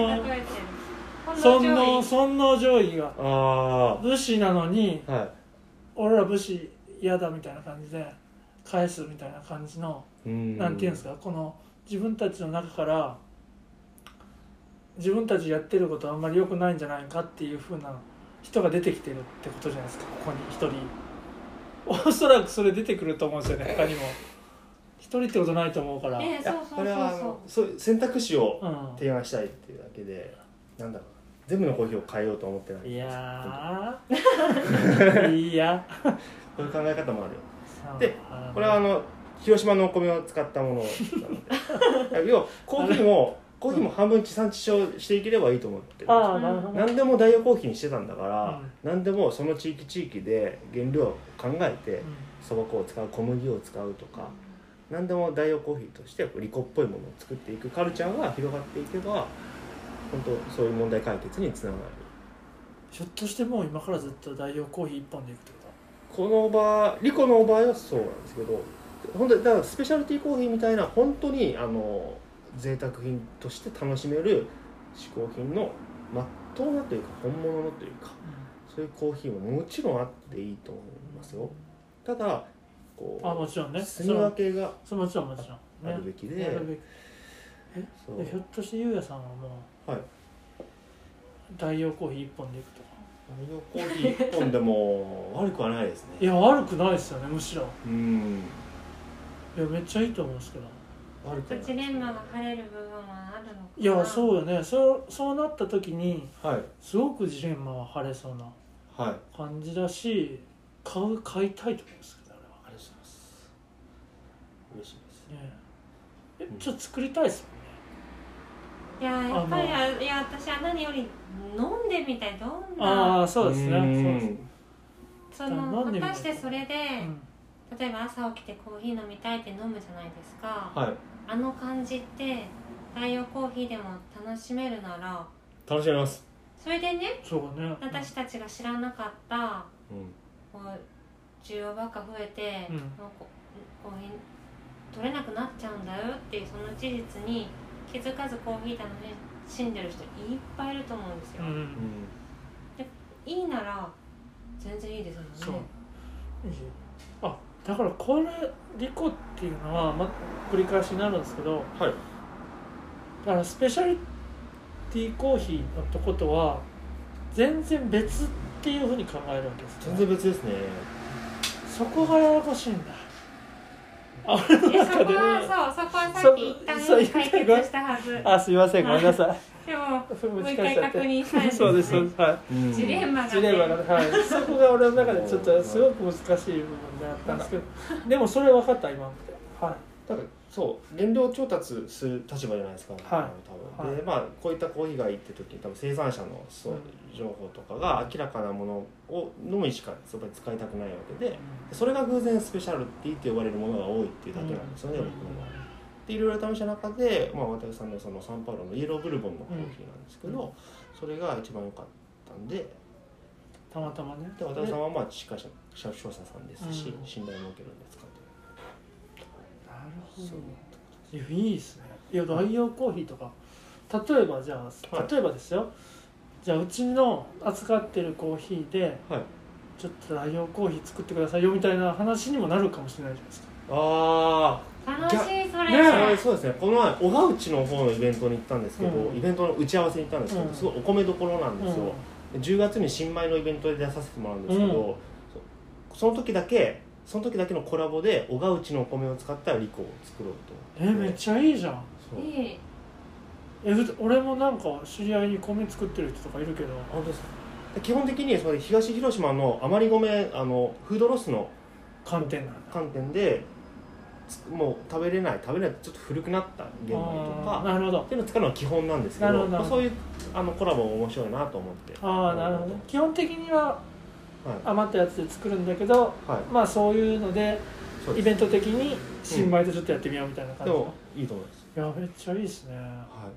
能上位が武士なのに、俺ら武士嫌だみたいな感じで返すみたいな感じの、なんていうんですか、この自分たちの中から自分たちやってることはあんまり良くないんじゃないかっていう風な人が出てきてるってことじゃないですか。ここに一人おそらくそれ出てくると思うんですよね。他にも一人ってことないと思うから、 これはそういう選択肢を提案したいっていうだけで、なんだろう、全部のコーヒーを変えようと思ってない。いやいやこういう考え方もあるよ。でこれは広島のお米を使ったものなので要はコーヒーも半分地産地消していければいいと思ってるんです。何でも代用コーヒーにしてたんだから、何でもその地域で原料を考えてそば粉を使う、小麦を使うとか、何でも代用コーヒーとしてリコっぽいものを作っていくカルチャーが広がっていけば、本当そういう問題解決につながる。 ひょっとしてもう今からずっと代用コーヒー一本でいくってこと？この場合、リコの場合はそうなんですけど、本当にだからスペシャルティーコーヒーみたいな本当に贅沢品として楽しめる嗜好品のまっとうなというか本物のというか、そういうコーヒーももちろんあっていいと思いますよ。ただこうもちろんね、 住み分けがもちろんあるべきで、 ひょっとしてゆうやさんはもう、代用コーヒー1本でいくとか。 代用コーヒー1本でも悪くはないですね。 いや悪くないですよね、むしろ。いやめっちゃいいと思うんですけど。 ジレンマが晴れる部分はあるのかな。 いやそうよね。そうなった時に、すごくジレンマは晴れそうな感じだし、買いたいと思うんですけど、あれは。 ありがとうございます。嬉しいですね。ちょっと作りたいですもんね。いややっぱり私は何より飲んでみたい。どんなそうですね。 果たしてそれで、例えば朝起きてコーヒー飲みたいって飲むじゃないですか、あの感じって代用コーヒーでも楽しめるなら楽しめます。 それでね、 私たちが知らなかった、こう需要ばっか増えて、コーヒー取れなくなっちゃうんだよっていうその事実に気づかずコーヒー楽しんでる人いっぱいいると思うんですよ、でいいなら全然いいですもんね。 だからこれリコっていうのは、繰り返しになるんですけど、だからスペシャルティーコーヒーのとことは全然別っていうふうに考えるわけです、 全然別ですね。 そこがややこしいんだ。 そこはさっき一旦解決したはず。 すいません、ごめんなさい。 でももう一回確認したいですね。 そうです、 ジレンマがね、 そこが俺の中でちょっとすごく難しい部分であったんですけど、でもそれ分かった今って。 だからそう原料調達する立場じゃないですか、多分。でこういったコーヒーがいいって時に多分生産者の情報とかが明らかなものをのみしかそこに使いたくないわけで、それが偶然スペシャルティーって呼ばれるものが多いっていうだけなんですよね、僕の場合。でいろいろ試した中で、渡さんのそのサンパウロのイエローブルボンのコーヒーなんですけど、それが一番良かったんで、 たまたまね。 で渡さんは司会者商社さんですし、信頼も受けるんで使ってる。 なるほど。いいですね。いや代用コーヒーとか、例えばですよ。じゃあうちの扱ってるコーヒーで、ちょっと代用コーヒー作ってくださいよみたいな話にもなるかもしれないじゃないですか。 楽しいそれ。 そうですね。この前小川内の方のイベントに行ったんですけど、イベントの打ち合わせに行ったんですけど、すごいお米どころなんですよ。10月に新米のイベントで出させてもらうんですけど、その時だけのコラボで小川内のお米を使ったリコを作ろうと。 めっちゃいいじゃん。 いい。 俺もなんか知り合いに米作ってる人とかいるけど。 本当ですか。基本的にその東広島の余り米フードロスの観点でもう食べれないちょっと古くなった玄米とかっていうのを使うのが基本なんですけど、そういうコラボも面白いなと思って。 なるほど。基本的には余ったやつで作るんだけど、そういうのでイベント的に新米とちょっとやってみようみたいな感じ、 でもいいと思います。 いやめっちゃいいですね。 はい。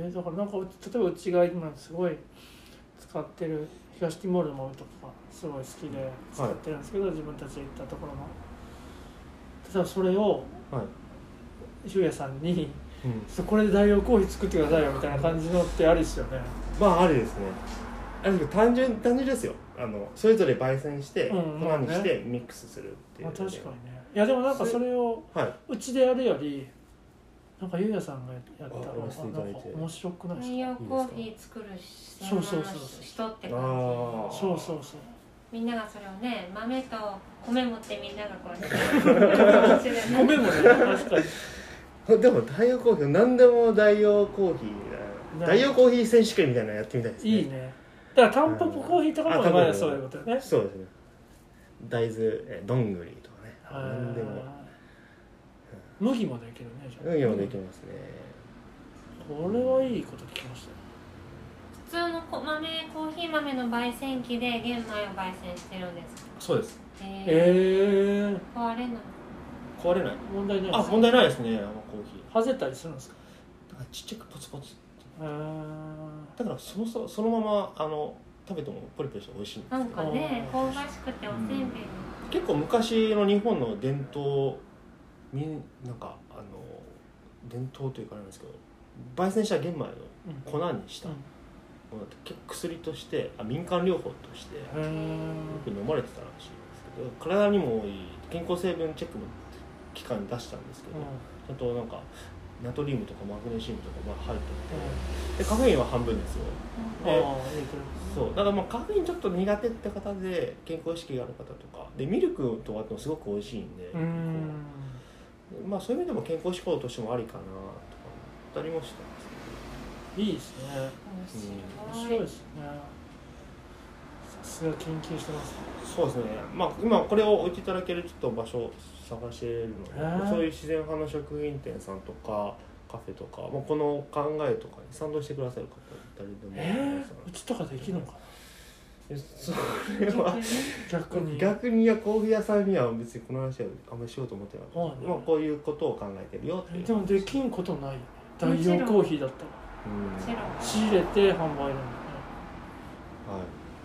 だからなんか例えばうちが今すごい使ってる東ティモールの豆とかすごい好きで使ってるんですけど、自分たちで行ったところも例えばそれをひゅうやさんに、これで代用コーヒー作ってくださいよみたいな感じのってありですよね。 まあありですね。単純ですよ。それぞれ焙煎して粉にしてミックスするっていう、 確かにね。いやでもなんかそれをうちでやるよりなんかゆうやさんがやったらなんか面白くないですか。 代用コーヒー作る人って感じ。 そうみんながそれをね、豆と米持ってみんながこうやって米もね、確かに。 でも代用コーヒー、何でも代用コーヒー、代用コーヒー選手権みたいなのやってみたいですね。 いいね。だからタンポポコーヒーとかも前はそういうことよね。 そうですね。大豆、どんぐりとかね。何でも。 麦もできるね。 麦もできますね。 これはいいこと聞きました。 普通のコーヒー豆の焙煎機で玄米を焙煎してるんですか。 そうです。 壊れない。 壊れない。 問題ない。 問題ないですね。コーヒー。はぜたりするんですか。 だからちっちゃくポツポツ。だからそのまま食べてもポリポリして美味しいんですよ。 なんかね、香ばしくておせんべいに。 結構昔の日本の伝統なんか伝統というかなんですけど、焙煎した玄米の粉にした、結構薬として民間療法としてよく飲まれてたらしいんですけど、体にもいい健康成分チェックの機関に出したんですけど、ちゃんとなんかナトリウムとかマグネシウムとか入ってて、でカフェインは半分ですよ。そうだからカフェインちょっと苦手って方で健康意識がある方とかでミルクとかってもすごく美味しいんで、そういう意味でも健康志向としてもありかなとか思ったりもしてますね。いいですね。面白いですね。さすが研究してますね。 そうですね。今これを置いていただけるちょっと場所を探しているので、そういう自然派の食品店さんとかカフェとか、この考えとかに賛同してくださる方誰でもうちとかできるのかな。 それは逆にコーヒー屋さんには別にこの話はあんまりしようと思ってなかった、こういうことを考えてるよっていう。 でもできんことない。代用コーヒーだったら仕入れて販売なんだね。はい。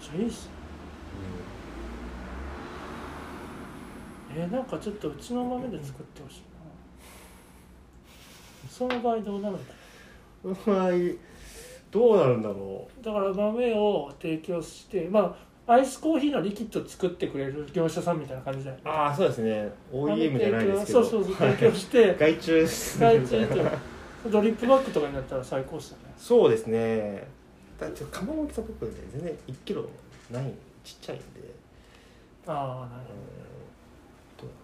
じゃあいいっすね。なんかちょっとうちの豆で作ってほしいな。その場合どうなるんだろう。 その場合どうなるんだろう。だから豆を提供してアイスコーヒーのリキッド作ってくれる業者さんみたいな感じだよね。 そうですね。 OEM じゃないですけどそう提供して外注ドリップバッグとかになったら最高っすよね。 そうですね。だって釜の大きさ僕ね全然1キロないちっちゃいんで。 なるほど。 どう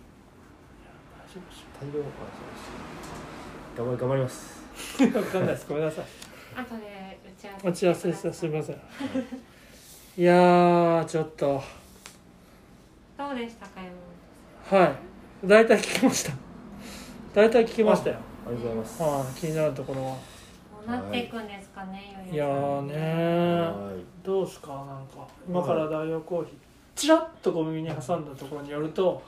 だろう。大量頑張ります。 分かんないです。ごめんなさい。 あとで打ち合わせしてすみません。いやーちょっとどうでしたか。山本さん。 大体聞きました。大体聞きましたよ。 ありがとうございます。 気になるところはどうなっていくんですかね。 いやーねどうすか。なんか今から代用コーヒーチラッと小耳に挟んだところによると、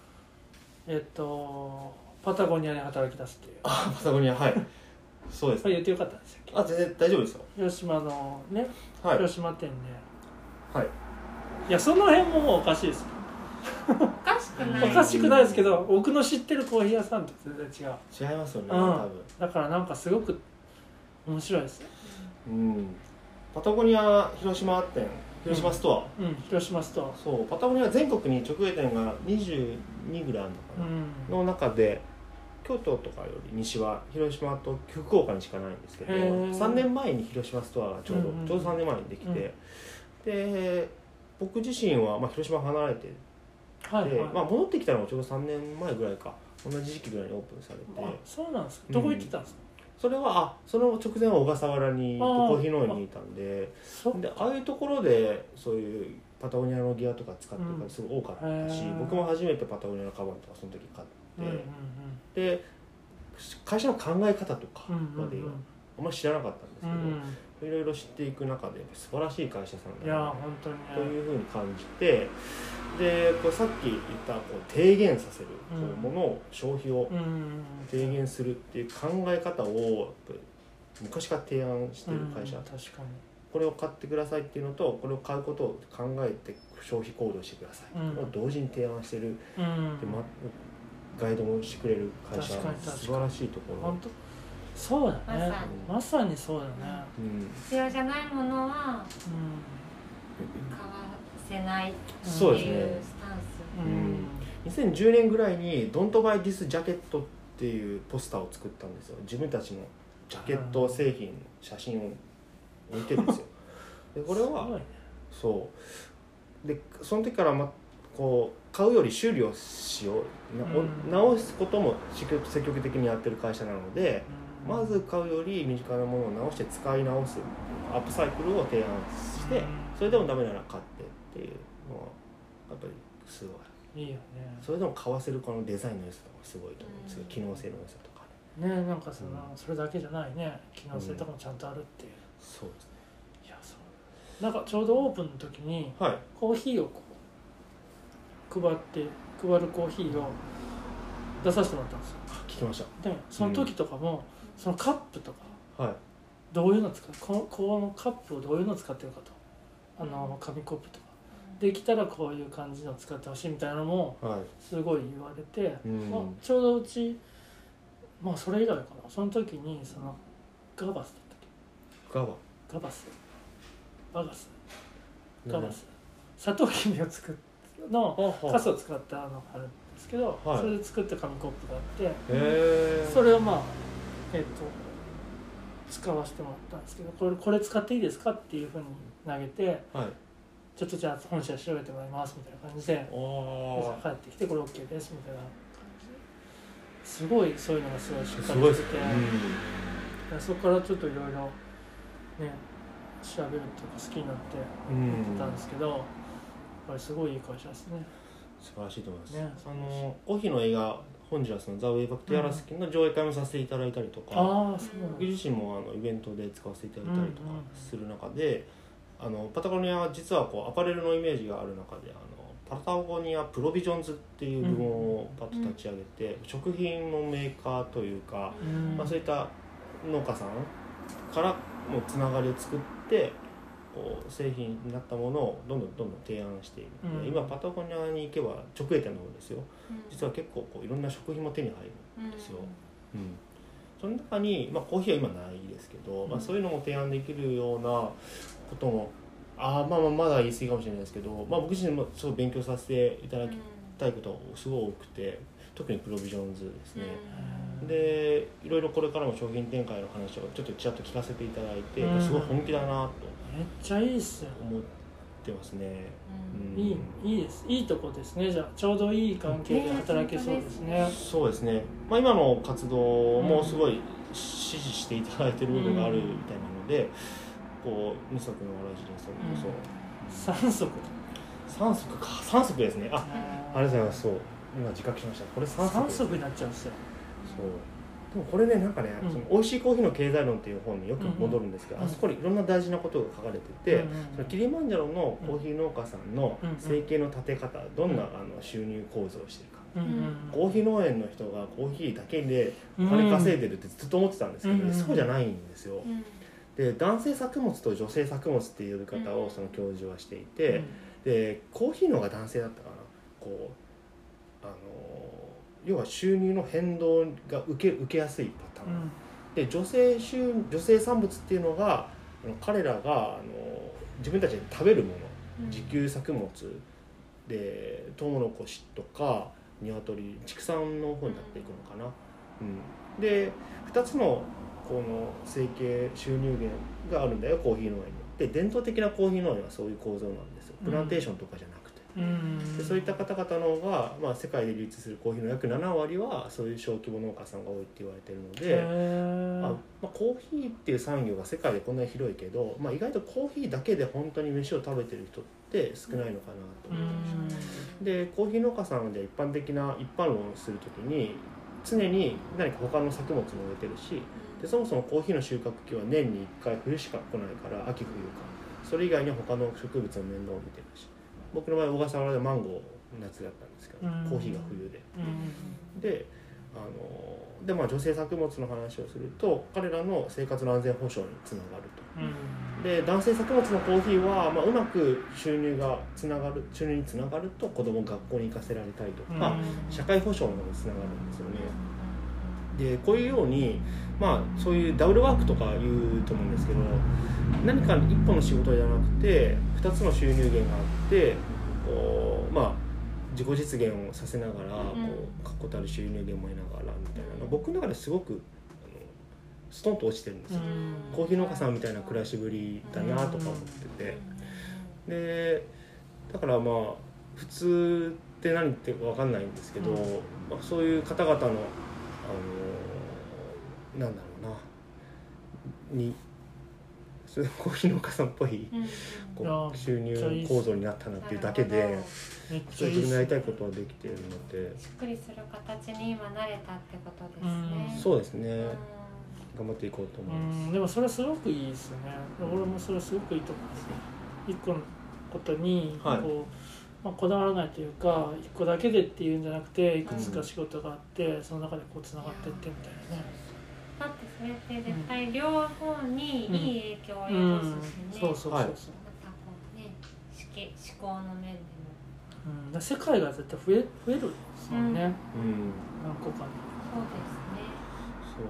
パタゴニアに働き出すっていう。 パタゴニア、そうです。 言ってよかったんですよ。 全然大丈夫ですよ。 広島のね、広島店で。いやその辺ももうおかしいです。 おかしくない。 おかしくないですけど、僕の知ってるコーヒー屋さんと全然違う。 違いますよね。多分。 だからなんかすごく面白いです。 パタゴニア広島店、広島ストア。 広島ストア。 そう、パタゴニア全国に直営店が22ぐらいあるのかな。の中で。京都とかより西は広島と福岡にしかないんですけど、3年前に広島ストアがちょうど3年前にできて、で僕自身は広島離れて戻ってきたのがちょうど3年前ぐらいか、同じ時期ぐらいにオープンされて。 そうなんですか。どこ行ってたんですか。 それはその直前は小笠原にコーヒー農園にいたんで、ああいうところでそういうパタゴニアのギアとか使ってる方すごい多かったし、僕も初めてパタゴニアのカバンとかその時買って。で会社の考え方とかまであんまり知らなかったんですいろいろ知っていく中で素晴らしい会社さんだな本当に、ね、 というふうに感じて、でこれさっき言った低減させる、ものを消費を低減するっていう考え方をやっぱり昔から提案している会社、 確かにこれを買ってくださいっていうのとこれを買うことを考えて消費行動してください、を同時に提案している、でガイドもしてくれる会社、素晴らしいところ。 本当そうだね、まさにそうだね、 必要じゃないものは買わせないっていうスタンス、2010年ぐらいに Don't buy this jacket っていうポスターを作ったんですよ。自分たちのジャケット製品写真を置いてるんですよ。でこれはそうでその時からこう買うより修理をしよう、直すことも積極的にやってる会社なので、まず買うより身近なものを直して使い直すアップサイクルを提案して、それでもダメなら買ってっていうのはやっぱりすごいいいよね。 それでも買わせるこのデザインの良さとかすごいと思うんですけど、機能性の良さとかね、なんかそれだけじゃないね、機能性とかもちゃんとあるっていう、 そうですね。 いやそうなんかちょうどオープンの時に、コーヒーをこう配るコーヒーを出させてもらったんですよ。 聞きました。 でその時とかも、そのカップとか、どういうの使うこのカップをどういうの使ってるかと、紙コップとかできたらこういう感じの使ってほしいみたいなのもすごい言われて、ちょうどうちそれ以来かな、その時にそのガバスだったっけ、バガスサトウキビを作のカスを使ったのがあるんですけど、それで作った紙コップがあって、それを使わせてもらったんですけど、これ使っていいですかっていうふうに投げて、ちょっとじゃあ本社調べてもらいますみたいな感じで帰ってきて、これ OK ですみたいな感じで、すごいそういうのがすごいしっかりしてて、そこからちょっといろいろね調べるっていうか好きになってやってたんですけど、やっぱりすごいいい会社ですね。 素晴らしいと思います。コーヒーの映画ホンジュラスのザ・ウェイバック・トゥ・ヤラスキの上映会もさせていただいたりとか、僕自身もイベントで使わせていただいたりとかする中で、パタゴニアは実はアパレルのイメージがある中でパタゴニアプロビジョンズっていう部門をパッと立ち上げて、食品のメーカーというか、そういった農家さんからのつながりを作って製品になったものをどんどん提案しているので、今パタゴニアに行けば直営店の方ですよ、実は結構いろんな食品も手に入るんですよ。その中に、コーヒーは今ないですけど、そういうのも提案できるようなこともまだ言い過ぎかもしれないですけど、僕自身もすごい勉強させていただきたいことがすごい多くて、特にプロビジョンズですね。でいろいろこれからも商品展開の話をちょっとちらっと聞かせていただいて、すごい本気だなとめっちゃいいっすよ、 思ってますね。 いいです、いいとこですね。じゃあちょうどいい関係で働けそうですね。 そうですね。今の活動もすごい支持していただいてる部分があるみたいなので、二足のわらじでそれこそ3足ですね。ありがとうございます。そう今自覚しました。これ3 足になっちゃうんですよ。 そうでもこれねその美味しいコーヒーの経済論っていう本によく戻るんですけど、あそこにいろんな大事なことが書かれてて、そのキリマンジャロのコーヒー農家さんの生計の立て方、どんな収入構造をしてるか、コーヒー農園の人がコーヒーだけでお金稼いでるってずっと思ってたんですけど、そうじゃないんですよ。で男性作物と女性作物っていう呼び方をその教授はしていて、でコーヒーの方が男性だったかな、要は収入の変動が受けやすいパターン、で女性産物っていうのが彼らが自分たちで食べるもの、自給作物でトウモロコシとか鶏畜産の方になっていくのかな、で2つの生計収入源があるんだよコーヒー農園に。で伝統的なコーヒー農園はそういう構造なんですよ。プランテーションとかじゃなくて、でそういった方々の方が、世界で流通するコーヒーの約7割はそういう小規模農家さんが多いって言われてるので、コーヒーっていう産業が世界でこんなに広いけど、意外とコーヒーだけで本当に飯を食べてる人って少ないのかなと思ってました。でコーヒー農家さんで一般論をするときに常に何か他の作物も植えてるし、 でそもそもコーヒーの収穫期は年に1回冬しか来ないから秋冬か、それ以外に他の植物の面倒を見てるし、僕の場合小笠原でマンゴー夏だったんですけど、コーヒーが冬で、でで女性作物の話をすると彼らの生活の安全保障につながると、で男性作物のコーヒーは、うまく収入につながると子供を学校に行かせられたりとか、社会保障などにつながるんですよね。でこういうように、そういうダブルワークとか言うと思うんですけど、何か一本の仕事じゃなくて2つの収入源があって自己実現をさせながら確固たる収入源も得ながらみたいなの、僕の中ですごくストンと落ちてるんですよ。コーヒー農家さんみたいな暮らしぶりだなとか思ってて、でだから普通って何って分かんないんですけど、そういう方々のなんだろうなにコーヒー農家さんっぽい収入構造になったなっていうだけで、自分のやりたいことはできているので、 しっくりする形に今慣れたってことですね。 そうですね、頑張っていこうと思います。 でもそれはすごくいいですよね。俺もそれはすごくいいと思います。一個のことにこだわらないというか、一個だけでっていうんじゃなくて、いくつか仕事があって、その中でつながっていってみたいなね。 だってそれって絶対両方にいい影響を及ぼすしね。 そうそう。また思考の面でも。 世界が絶対増えるんですもんね。何個かに。 そうですね。 そう。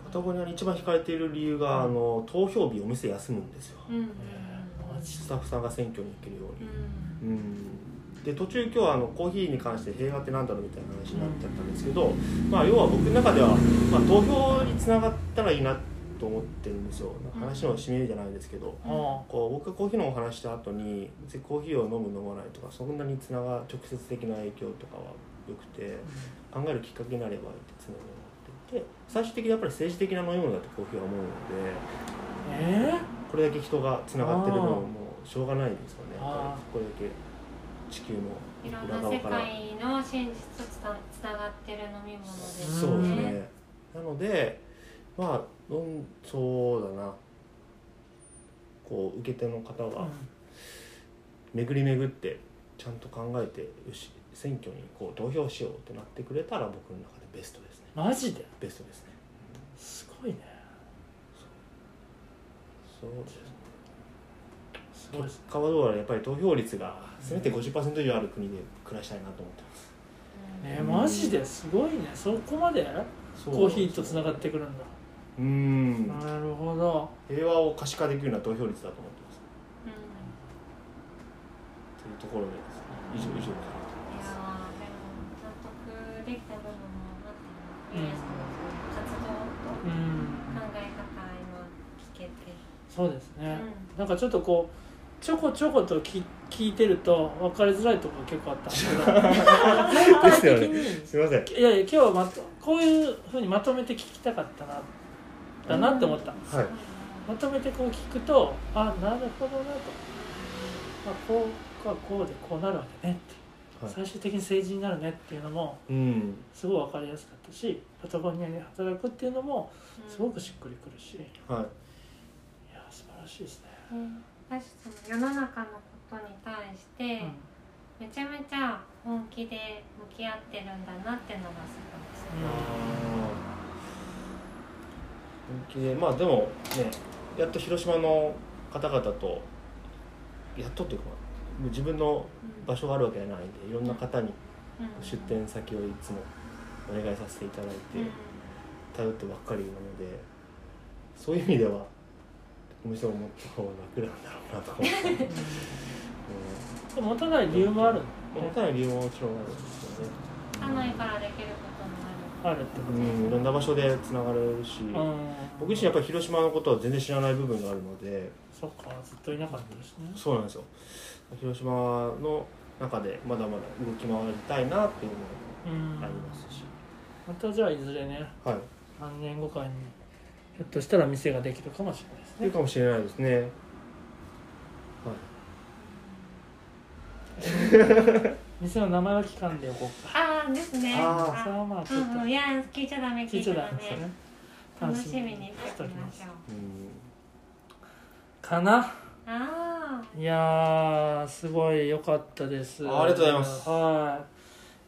パタゴニアに一番惹かれている理由が、投票日お店休むんですよ。スタッフさんが選挙に行けるように。で途中今日はコーヒーに関して平和ってなんだろうみたいな話になっちゃったんですけど、要は僕の中では、投票につながったらいいなと思ってるんですよ。話の締めじゃないですけど、僕がコーヒーのお話した後に別にコーヒーを飲む飲まないとかそんなに直接的な影響とかはよくて、考えるきっかけになればいいって常に思っていて、最終的にやっぱり政治的な飲み物だとコーヒーは思うので、これだけ人がつながってるのもしょうがないですよね。これだけ地球の裏側からいろんな世界の真実とつながってる飲み物ですね。 そうですね。なのでそうだな、受け手の方が巡り巡ってちゃんと考えて、よし選挙に投票しようってなってくれたら僕の中でベストですね。 マジでベストですね。 すごいね。 そうですね。カバドーラはやっぱり投票率がせめて 50% 以上ある国で暮らしたいなと思ってます。 マジですごいね。そこまでコーヒーとつながってくるんだ。なるほど。 平和を可視化できるような投票率だと思ってます。というところでですね、以上かなと思います。 でも納得できた部分もあったので、活動と考え方今聞けて。 そうですね。なんかちょっとちょこちょこと聞いてると分かりづらいところ結構あったんですけどですよね。すみません。 いや今日はこういうふうにまとめて聞きたかっただなって思ったんです、まとめて聞くとなるほどなと、こうかこうでこうなるわけねって、最終的に政治になるねっていうのもすごい分かりやすかったし、パタゴニアで働くっていうのもすごくしっくりくるし、いや素晴らしいですね。 私世の中のことに対して、めちゃめちゃ本気で向き合ってるんだなっていうのがすごいですね。 本気ででもね、やっと広島の方々とやっとっていうか自分の場所があるわけじゃないんで、いろんな方に出店先をいつもお願いさせていただいて頼ってばっかりなので、そういう意味ではお店を持った方が楽なんだろうなと思ってでも持たない理由もある。 持たない理由ももちろんあるんですよね。 持たないからできることもあるってこと、 いろんな場所でつながれるし、僕自身やっぱり広島のことは全然知らない部分があるので。 そうか、ずっといなかったですね。 そうなんですよ。広島の中でまだまだ動き回りたいなっていうのもありますし、 またじゃあいずれね、何年後かにひょっとしたら店ができるかもしれないですね。 かもしれないですね。 店の名前は聞かんでおこうか。 ですね。 それはちょっといや聞いちゃダメ。 聞いちゃダメですよね。 楽しみにしておきましょう。 かな。 あいやーすごい良かったです。 ありがとうございます。 はい。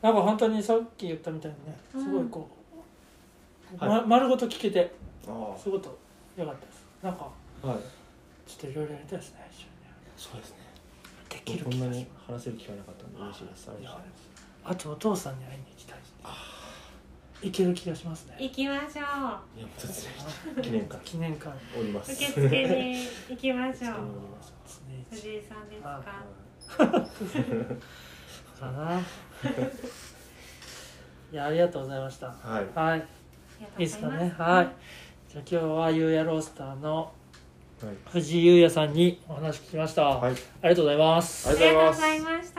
なんか本当にさっき言ったみたいにね、すごいこう、 はい、 丸ごと聞けてすごく良かったです。なんか、はい、ちょっといろいろやりたいですね、一緒に。 そうですね。 できるこんなに話せる機会なかったんで嬉しいです。 あとお父さんに会いに行きたいですね。行ける気がしますね。 行きましょう。いや、 記念館おります。 受付に行きましょう。藤井さんですか。 かな。いや、ありがとうございました。 はい。 はい。いいですかね。はい。じゃあ今日はゆうやロースターの藤井優也さんにお話聞きました。はい。ありがとうございます。 ありがとうございました。